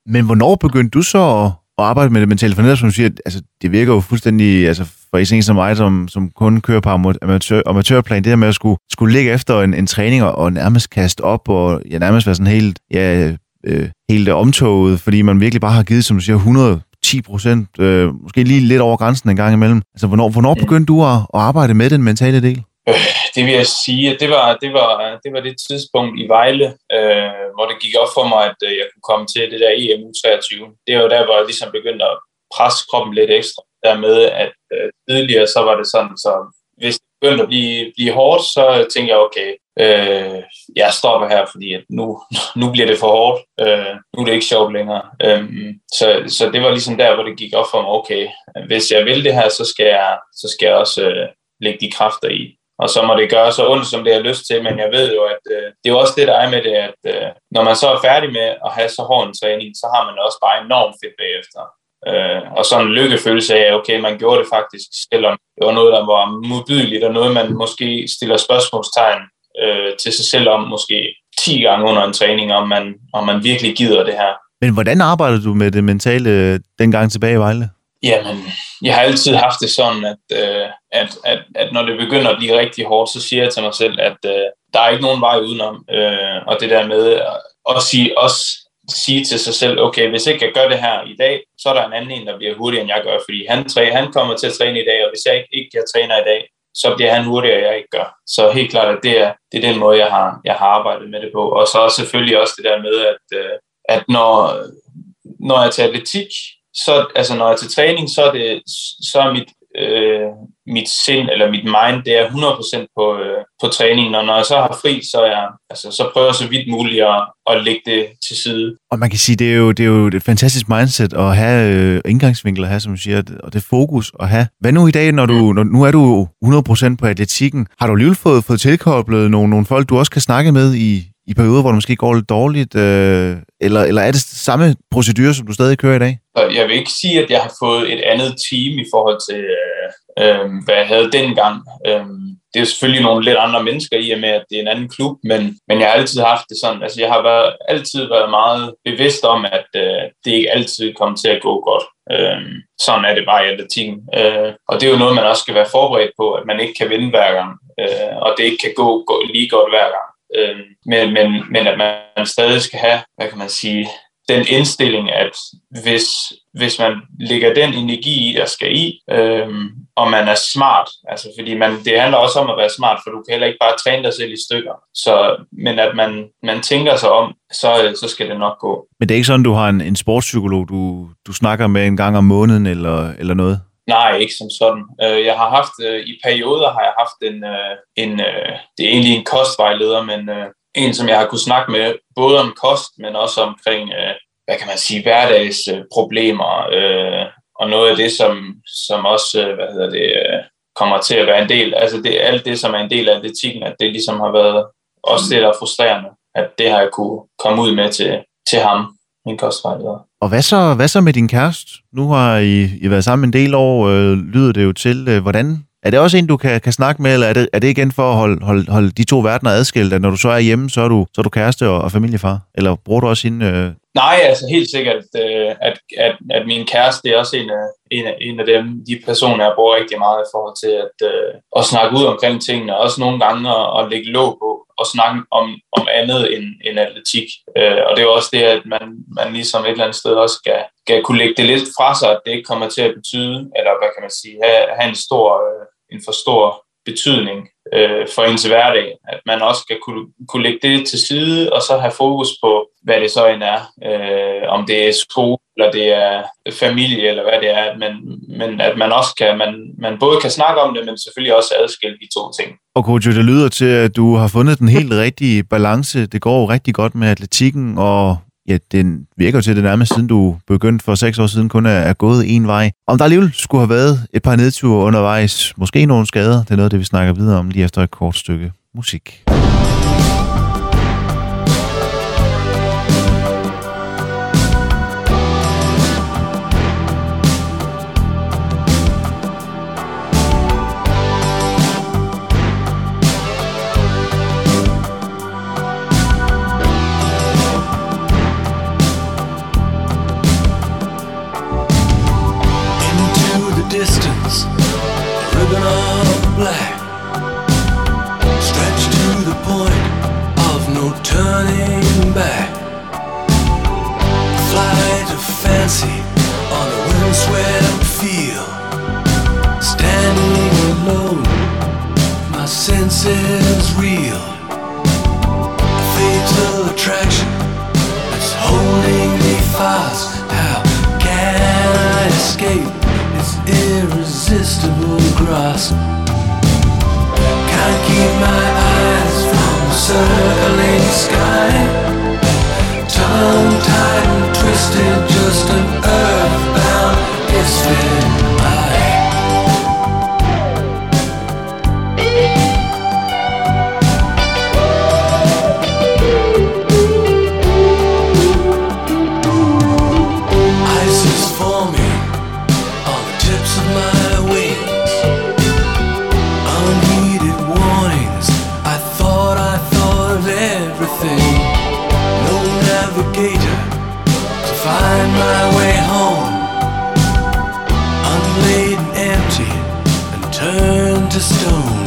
Men hvornår begyndte du så at, at arbejde med det mentale? For netop, som du siger, altså, det virker jo fuldstændig, altså for en som mig, som, som kun kører på amatør, amatørplan, det her med at skulle, skulle ligge efter en, en træning og, og nærmest kaste op, og ja, nærmest være sådan helt, ja, øh, helt omtoget, fordi man virkelig bare har givet, som du siger, hundrede og ti procent, øh, måske lige lidt over grænsen en gang imellem. Altså, hvornår, hvornår begyndte du at, at arbejde med den mentale del? Det vil jeg sige, at det var det, var, det, var det tidspunkt i Vejle, øh, hvor det gik op for mig, at jeg kunne komme til det der E M U treogtyve. Det er jo der, hvor jeg ligesom begyndte at presse kroppen lidt ekstra. Dermed, at øh, tidligere så var det sådan, så hvis det begyndte at blive, blive hårdt, så tænkte jeg, okay, øh, jeg stopper her, fordi at nu, nu bliver det for hårdt. Øh, nu er det ikke sjovt længere. Øh, så, så det var ligesom der, hvor det gik op for mig, okay, hvis jeg vil det her, så skal jeg, så skal jeg også øh, lægge de kræfter i. Og så må det gøre så ondt, som det har lyst til, men jeg ved jo, at øh, det er jo også det, der er med det, at øh, når man så er færdig med at have så hård en træning, så har man også bare enormt fedt bagefter. Øh, og sådan en lykkefølelse af, okay, man gjorde det faktisk, selvom det var noget, der var modbydeligt, og noget, man måske stiller spørgsmålstegn øh, til sig selv om, måske ti gange under en træning, om man, om man virkelig gider det her. Men hvordan arbejdede du med det mentale dengang tilbage i Vejle? Jamen, jeg har altid haft det sådan, at, øh, at, at, at når det begynder at blive rigtig hårdt, så siger jeg til mig selv, at øh, der er ikke nogen vej udenom. Øh, og det der med at, at sige, også sige til sig selv, okay, hvis ikke jeg gør det her i dag, så er der en anden en, der bliver hurtigere, end jeg gør. Fordi han, træ, han kommer til at træne i dag, og hvis jeg ikke, ikke jeg træner i dag, så bliver han hurtigere, end jeg ikke gør. Så helt klart, at det er, det er den måde, jeg har, jeg har arbejdet med det på. Og så selvfølgelig også det der med, at, øh, at når, når jeg er til atletik, så altså når jeg er til træning, så er det så er mit øh, mit sind eller mit mind, det er hundrede procent på øh, på træningen, og når jeg så har fri, så er jeg altså så prøver jeg så vidt muligt at, at lægge det til side. Og man kan sige, det er jo det er jo et fantastisk mindset at have øh, indgangsvinkler at have, som du siger, og det fokus at have. Hvad nu i dag, når du når, nu er du hundrede procent på atletikken, har du alligevel fået fået tilkoblet nogle nogle folk, du også kan snakke med i i perioder, hvor det måske går lidt dårligt, øh, eller, eller er det samme procedure, som du stadig kører i dag? Jeg vil ikke sige, at jeg har fået et andet team i forhold til, øh, øh, hvad jeg havde dengang. Øh, det er selvfølgelig nogle lidt andre mennesker i og med, at det er en anden klub, men, men jeg har altid haft det sådan. Altså, jeg har været, altid været meget bevidst om, at øh, det ikke altid kommer til at gå godt. Øh, sådan er det bare i atletikken. Øh, og det er jo noget, man også skal være forberedt på, at man ikke kan vinde hver gang, øh, og det ikke kan gå, gå lige godt hver gang. Øh, men, men, men at man stadig skal have, hvad kan man sige, den indstilling, at hvis, hvis man lægger den energi i, der skal i, øh, og man er smart, altså fordi man, det handler også om at være smart, for du kan heller ikke bare træne dig selv i stykker, så, men at man, man tænker sig om, så, så skal det nok gå. Men det er ikke sådan, du har en, en sportspsykolog, du, du snakker med en gang om måneden eller, eller noget? Nej, ikke som sådan. Jeg har haft, i perioder har jeg haft en, en det er egentlig en kostvejleder, men en, som jeg har kunnet snakke med, både om kost, men også omkring, hvad kan man sige, hverdagsproblemer, og noget af det, som, som også, hvad hedder det, kommer til at være en del, altså det, alt det, som er en del af atletikken, at det ligesom har været også det, der er frustrerende, at det har jeg kunne komme ud med til, til ham, min kostvejleder. Og hvad så, hvad så med din kæreste? Nu har I, I været sammen en del år, øh, lyder det jo til. Øh, hvordan? Er det også en, du kan, kan snakke med, eller er det, er det igen for at holde, holde, holde de to verdener adskilt, at når du så er hjemme, så er du, så er du kæreste og, og familiefar? Eller bruger du også hende? Øh... Nej, altså helt sikkert, øh, at, at, at min kæreste er også en af, en, af, en af dem, de personer, jeg bruger rigtig meget i forhold til at, øh, at snakke ud omkring tingene, og også nogle gange at, at lægge låg på, og snakke om, om andet end, end atletik. Øh, og det er jo også det, at man, man ligesom et eller andet sted også skal, skal kunne lægge det lidt fra sig, at det ikke kommer til at betyde, eller hvad kan man sige, have, have en stor, øh, en for stor betydning øh, for ens hverdag, at man også skal kunne, kunne lægge det til side, og så have fokus på, hvad det så end er, øh, om det er skole, eller det er familie, eller hvad det er, men, men at man også kan, man, man både kan snakke om det, men selvfølgelig også adskille de to ting. Og coach, det lyder til, at du har fundet den helt rigtige balance. Det går jo rigtig godt med atletikken, og ja, den virker jo til, det nærmest siden du begyndte for seks år siden, kun er, er gået en vej. Om der alligevel skulle have været et par nedture undervejs, måske nogle skader, det er noget af det, vi snakker videre om lige efter et kort stykke musik. fancy on a windswept field. Standing alone, my senses reel. A fatal attraction that's holding me fast. How can I escape its irresistible grasp? Can't keep my eyes from the circling sky. Tongue-tied and twisted, just an earthbound misfit eye. Ice is forming on the tips of my wings. Unheeded warnings, I thought I thought of everything. No navigator to find my way home. Unladen, empty, and turned to stone.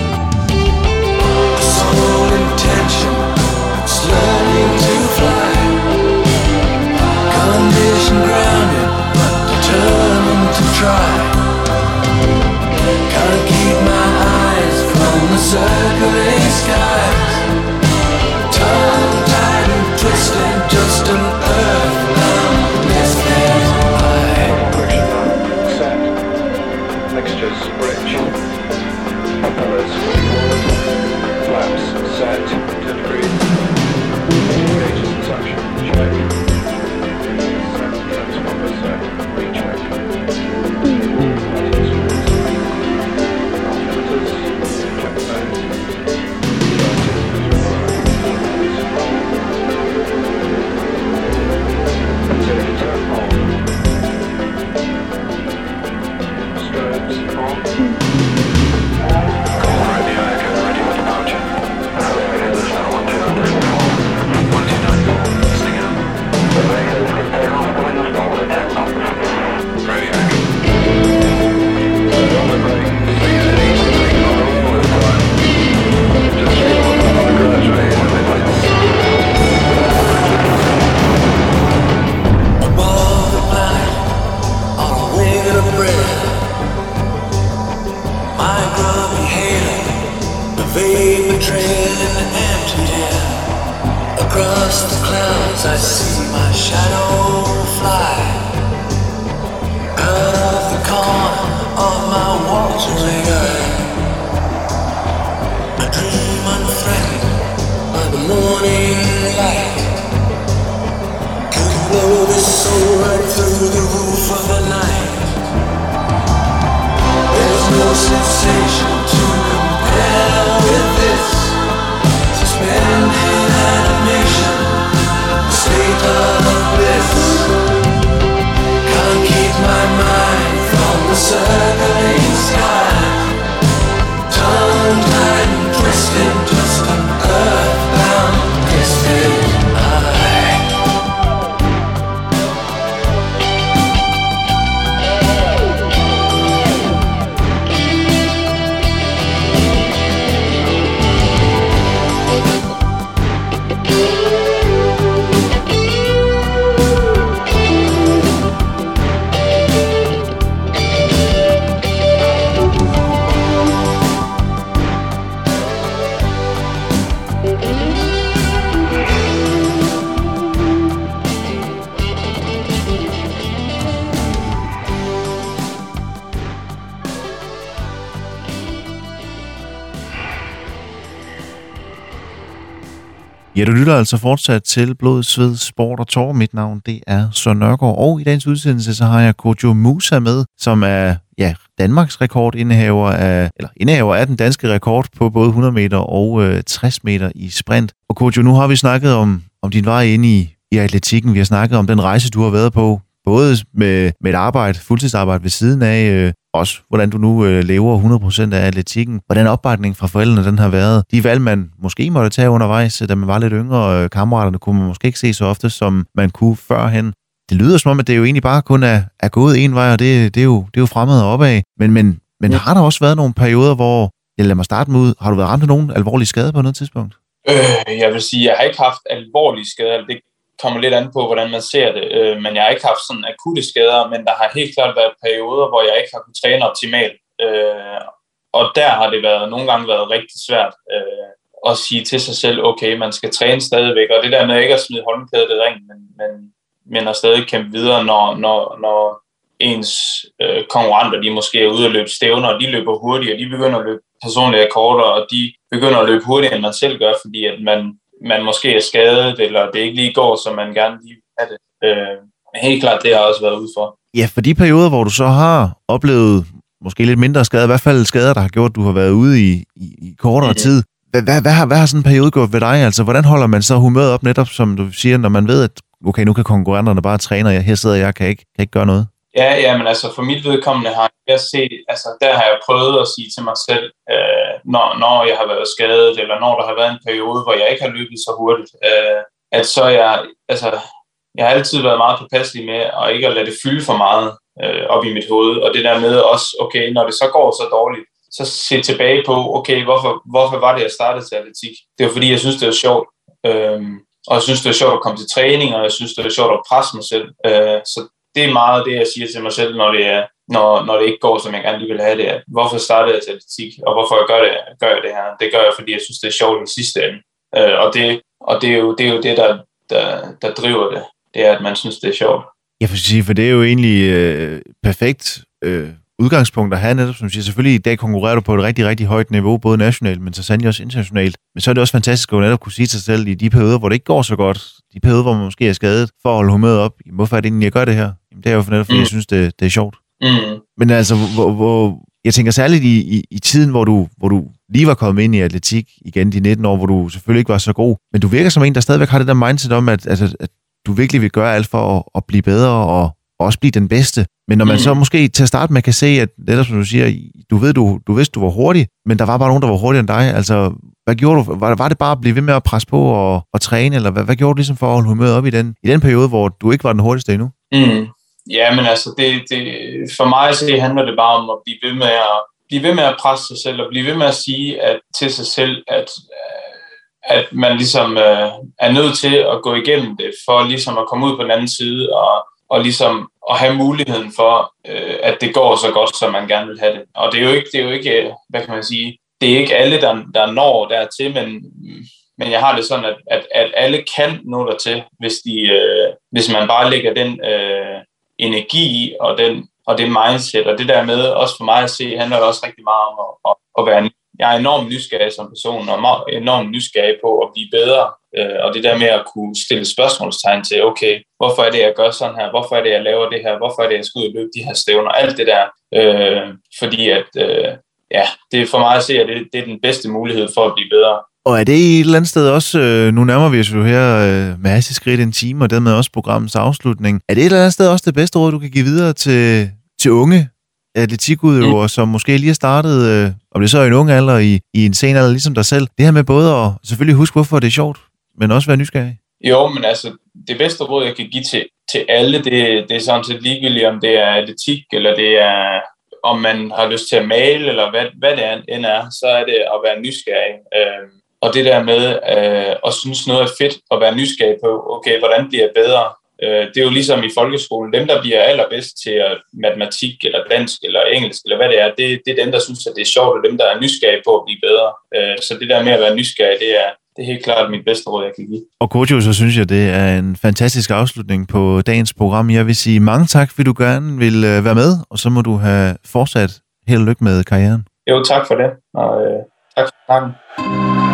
A sole intention, it's learning to fly. Condition grounded, but determined to try. Can't keep my eyes from the circling skies. Tongue-tied and twisted, just an earthbound misfit eye. Set. Mixtures rich. Propellers fully forward. Flaps set. ten degrees. Gauges and suction. Check. Set. Transponder set. Recheck. Filters. Check the nose. Turn on. Strobes on. Call radio echo, ready for departure. This is one two nine four. one two nine four, listening out. Radio echo. On the brake, please easy, take on all the time. Just feel on the gradually and limits. Above the planet, on a wing and a breath, my grubby halo, the vapor trail in the empty air. Across the clouds I see my shadow fly. Out of the corner of my watering eye, I dream unthreatened by the morning light. Could blow this soul right through the roof of the night. There's no sensation to compare with this. Suspended animation, a state of bliss. Can't keep my mind from the circling sky. Tongue-tied and twisted, just an earthbound misfit eye. Ja, du lytter altså fortsat til Blod, Sved, Sport og Tårer. Mit navn, det er Søren Nørgaard, og i dagens udsendelse, så har jeg Kodjo Musa med, som er, ja, Danmarks rekordindehaver af, eller indehaver af den danske rekord på både hundrede meter og øh, tres meter i sprint. Og Kodjo, nu har vi snakket om, om din vej ind i, i atletikken. Vi har snakket om den rejse, du har været på, både med, med et arbejde, fuldtidsarbejde ved siden af, øh, også hvordan du nu øh, lever hundrede procent af atletikken. Hvordan opbakningen fra forældrene den har været. De valg, man måske måtte tage undervejs, da man var lidt yngre, øh, kammeraterne kunne man måske ikke se så ofte, som man kunne førhen. Det lyder som om, at det jo egentlig bare kun er, er gået en vej, og det, det, er, jo, det er jo fremad og opad. Men, men, men ja. Har der også været nogle perioder, hvor, ja, lad mig starte med ud, har du været ramt af nogen alvorlige skader på noget tidspunkt? Øh, jeg vil sige, jeg har ikke haft alvorlige skader. Det kommer lidt an på, hvordan man ser det. Øh, men jeg har ikke haft sådan akutte skader, men der har helt klart været perioder, hvor jeg ikke har kunnet træne optimalt. Øh, og der har det været nogle gange været rigtig svært øh, at sige til sig selv, okay, man skal træne stadigvæk. Og det der med ikke at smide håndklædet i ringen, men, men, men at stadig kæmpe videre, når, når, når ens øh, konkurrenter, de måske er ude at løbe stævner, og de løber hurtigt, og de begynder at løbe personlige akkorder, og de begynder at løbe hurtigere, end man selv gør, fordi at man, man måske er skadet, eller det ikke lige går, som man gerne lige vil have det. Øh, helt klart, det har også været ude for. Ja, for de perioder, hvor du så har oplevet måske lidt mindre skader, i hvert fald skader, der har gjort, at du har været ude i, i, i kortere mm-hmm. tid. Hvad, hvad, hvad, har, hvad har sådan en periode gjort ved dig? Altså, hvordan holder man så humøret op, netop som du siger, når man ved, at okay, nu kan konkurrenterne bare træne, og her sidder jeg, kan ikke, kan ikke gøre noget? Ja, ja, men altså for mit vedkommende har jeg set, altså der har jeg prøvet at sige til mig selv, øh, når, når jeg har været skadet, eller når der har været en periode, hvor jeg ikke har løbet så hurtigt, øh, at så jeg, altså, jeg har altid været meget påpasselig med, at ikke at lade det fylde for meget øh, op i mit hoved, og det der med også, okay, når det så går så dårligt, så se tilbage på, okay, hvorfor, hvorfor var det, jeg startede til atletik? Det var fordi, jeg synes, det var sjovt, øh, og jeg synes, det var sjovt at komme til træning, og jeg synes, det var sjovt at presse mig selv, øh, så det er meget det, jeg siger til mig selv, når det, er, når, når det ikke går, som jeg gerne lige vil have det. Hvorfor startede jeg til atletik, og hvorfor jeg gør, det, gør jeg det her? Det gør jeg, fordi jeg synes, det er sjovt i sidste ende. Øh, og det, og det, er jo, det er jo det, der, der, der driver det. Det er, at man synes, det er sjovt. Jeg får sige, for det er jo egentlig øh, perfekt øh, udgangspunkt at have, netop som du siger. Selvfølgelig i dag konkurrerer du på et rigtig, rigtig højt niveau, både nationalt, men så sandelig også internationalt. Men så er det også fantastisk at netop kunne sige til sig selv, i de perioder, hvor det ikke går så godt, de perioder, hvor man måske er skadet, for at holde humøret op. Hvorfor er det egentlig, jeg gør det her? Jamen, det er jo for netop, fordi mm. jeg synes, det, det er sjovt. Mm. Men altså, hvor, hvor, jeg tænker særligt i, i, i tiden, hvor du, hvor du lige var kommet ind i atletik igen, de nitten år, hvor du selvfølgelig ikke var så god, men du virker som en, der stadigvæk har det der mindset om, at, at, at du virkelig vil gøre alt for at, at blive bedre og også blive den bedste. Men når man mm. så måske til at starte med kan se, at netop som du siger, du ved, du, du vidste, du var hurtig, men der var bare nogen, der var hurtigere end dig. Altså, hvad gjorde du? Var, var det bare at blive ved med at presse på og, og træne, eller hvad, hvad gjorde du ligesom for at holde humøret op i den, i den periode, hvor du ikke var den hurtigste endnu? Mm. Ja, men altså, det, det, for mig så handler det bare om at blive ved med at, blive ved med at presse sig selv, og blive ved med at sige at, til sig selv, at, at man ligesom øh, er nødt til at gå igennem det, for ligesom at komme ud på den anden side, og, og ligesom at have muligheden for, øh, at det går så godt, som man gerne vil have det. Og det er jo ikke, det er jo ikke hvad kan man sige, det er ikke alle, der, der når dertil, men, men jeg har det sådan, at, at, at alle kan nå dertil, hvis, de, øh, hvis man bare lægger den øh, energi i, og, den, og det mindset, og det der med, også for mig at se, handler det også rigtig meget om at, at, at være, jeg er enormt nysgerrig som person, og meget, enormt nysgerrig på at blive bedre, øh, og det der med at kunne stille spørgsmålstegn til, okay, hvorfor er det, jeg gør sådan her, hvorfor er det, jeg laver det her, hvorfor er det, jeg skal ud og løbe de her stævner, alt det der, øh, fordi at, øh, ja, det er for mig at se, at det, det er den bedste mulighed for at blive bedre. Og er det et eller andet sted også, øh, nu nærmer vi os jo her øh, med hastigt skridt en time, og dermed også programmets afslutning. Er det et eller andet sted også det bedste råd, du kan give videre til, til unge atletikudøvere, mm. som måske lige har startet, øh, om det så er i en ung alder, i, i en sen alder, ligesom dig selv? Det her med både at selvfølgelig huske, hvorfor det er sjovt, men også være nysgerrig. Jo, men altså, det bedste råd, jeg kan give til, til alle, det, det er sådan set ligegyldigt, om det er atletik, eller det er, om man har lyst til at male, eller hvad, hvad det end er, så er det at være nysgerrig. Øh, Og det der med øh, at synes noget er fedt at være nysgerrig på, okay, hvordan bliver jeg bedre? Øh, det er jo ligesom i folkeskolen, dem der bliver allerbedst til matematik eller dansk eller engelsk eller hvad det er, det, det er dem, der synes, at det er sjovt, og dem, der er nysgerrige på at blive bedre. Øh, så det der med at være nysgerrig, det er, det er helt klart mit bedste råd, jeg kan give. Og Coach, så synes jeg, det er en fantastisk afslutning på dagens program. Jeg vil sige mange tak, fordi du gerne vil være med, og så må du have fortsat held og lykke med karrieren. Jo, tak for det, og øh, tak for snakken.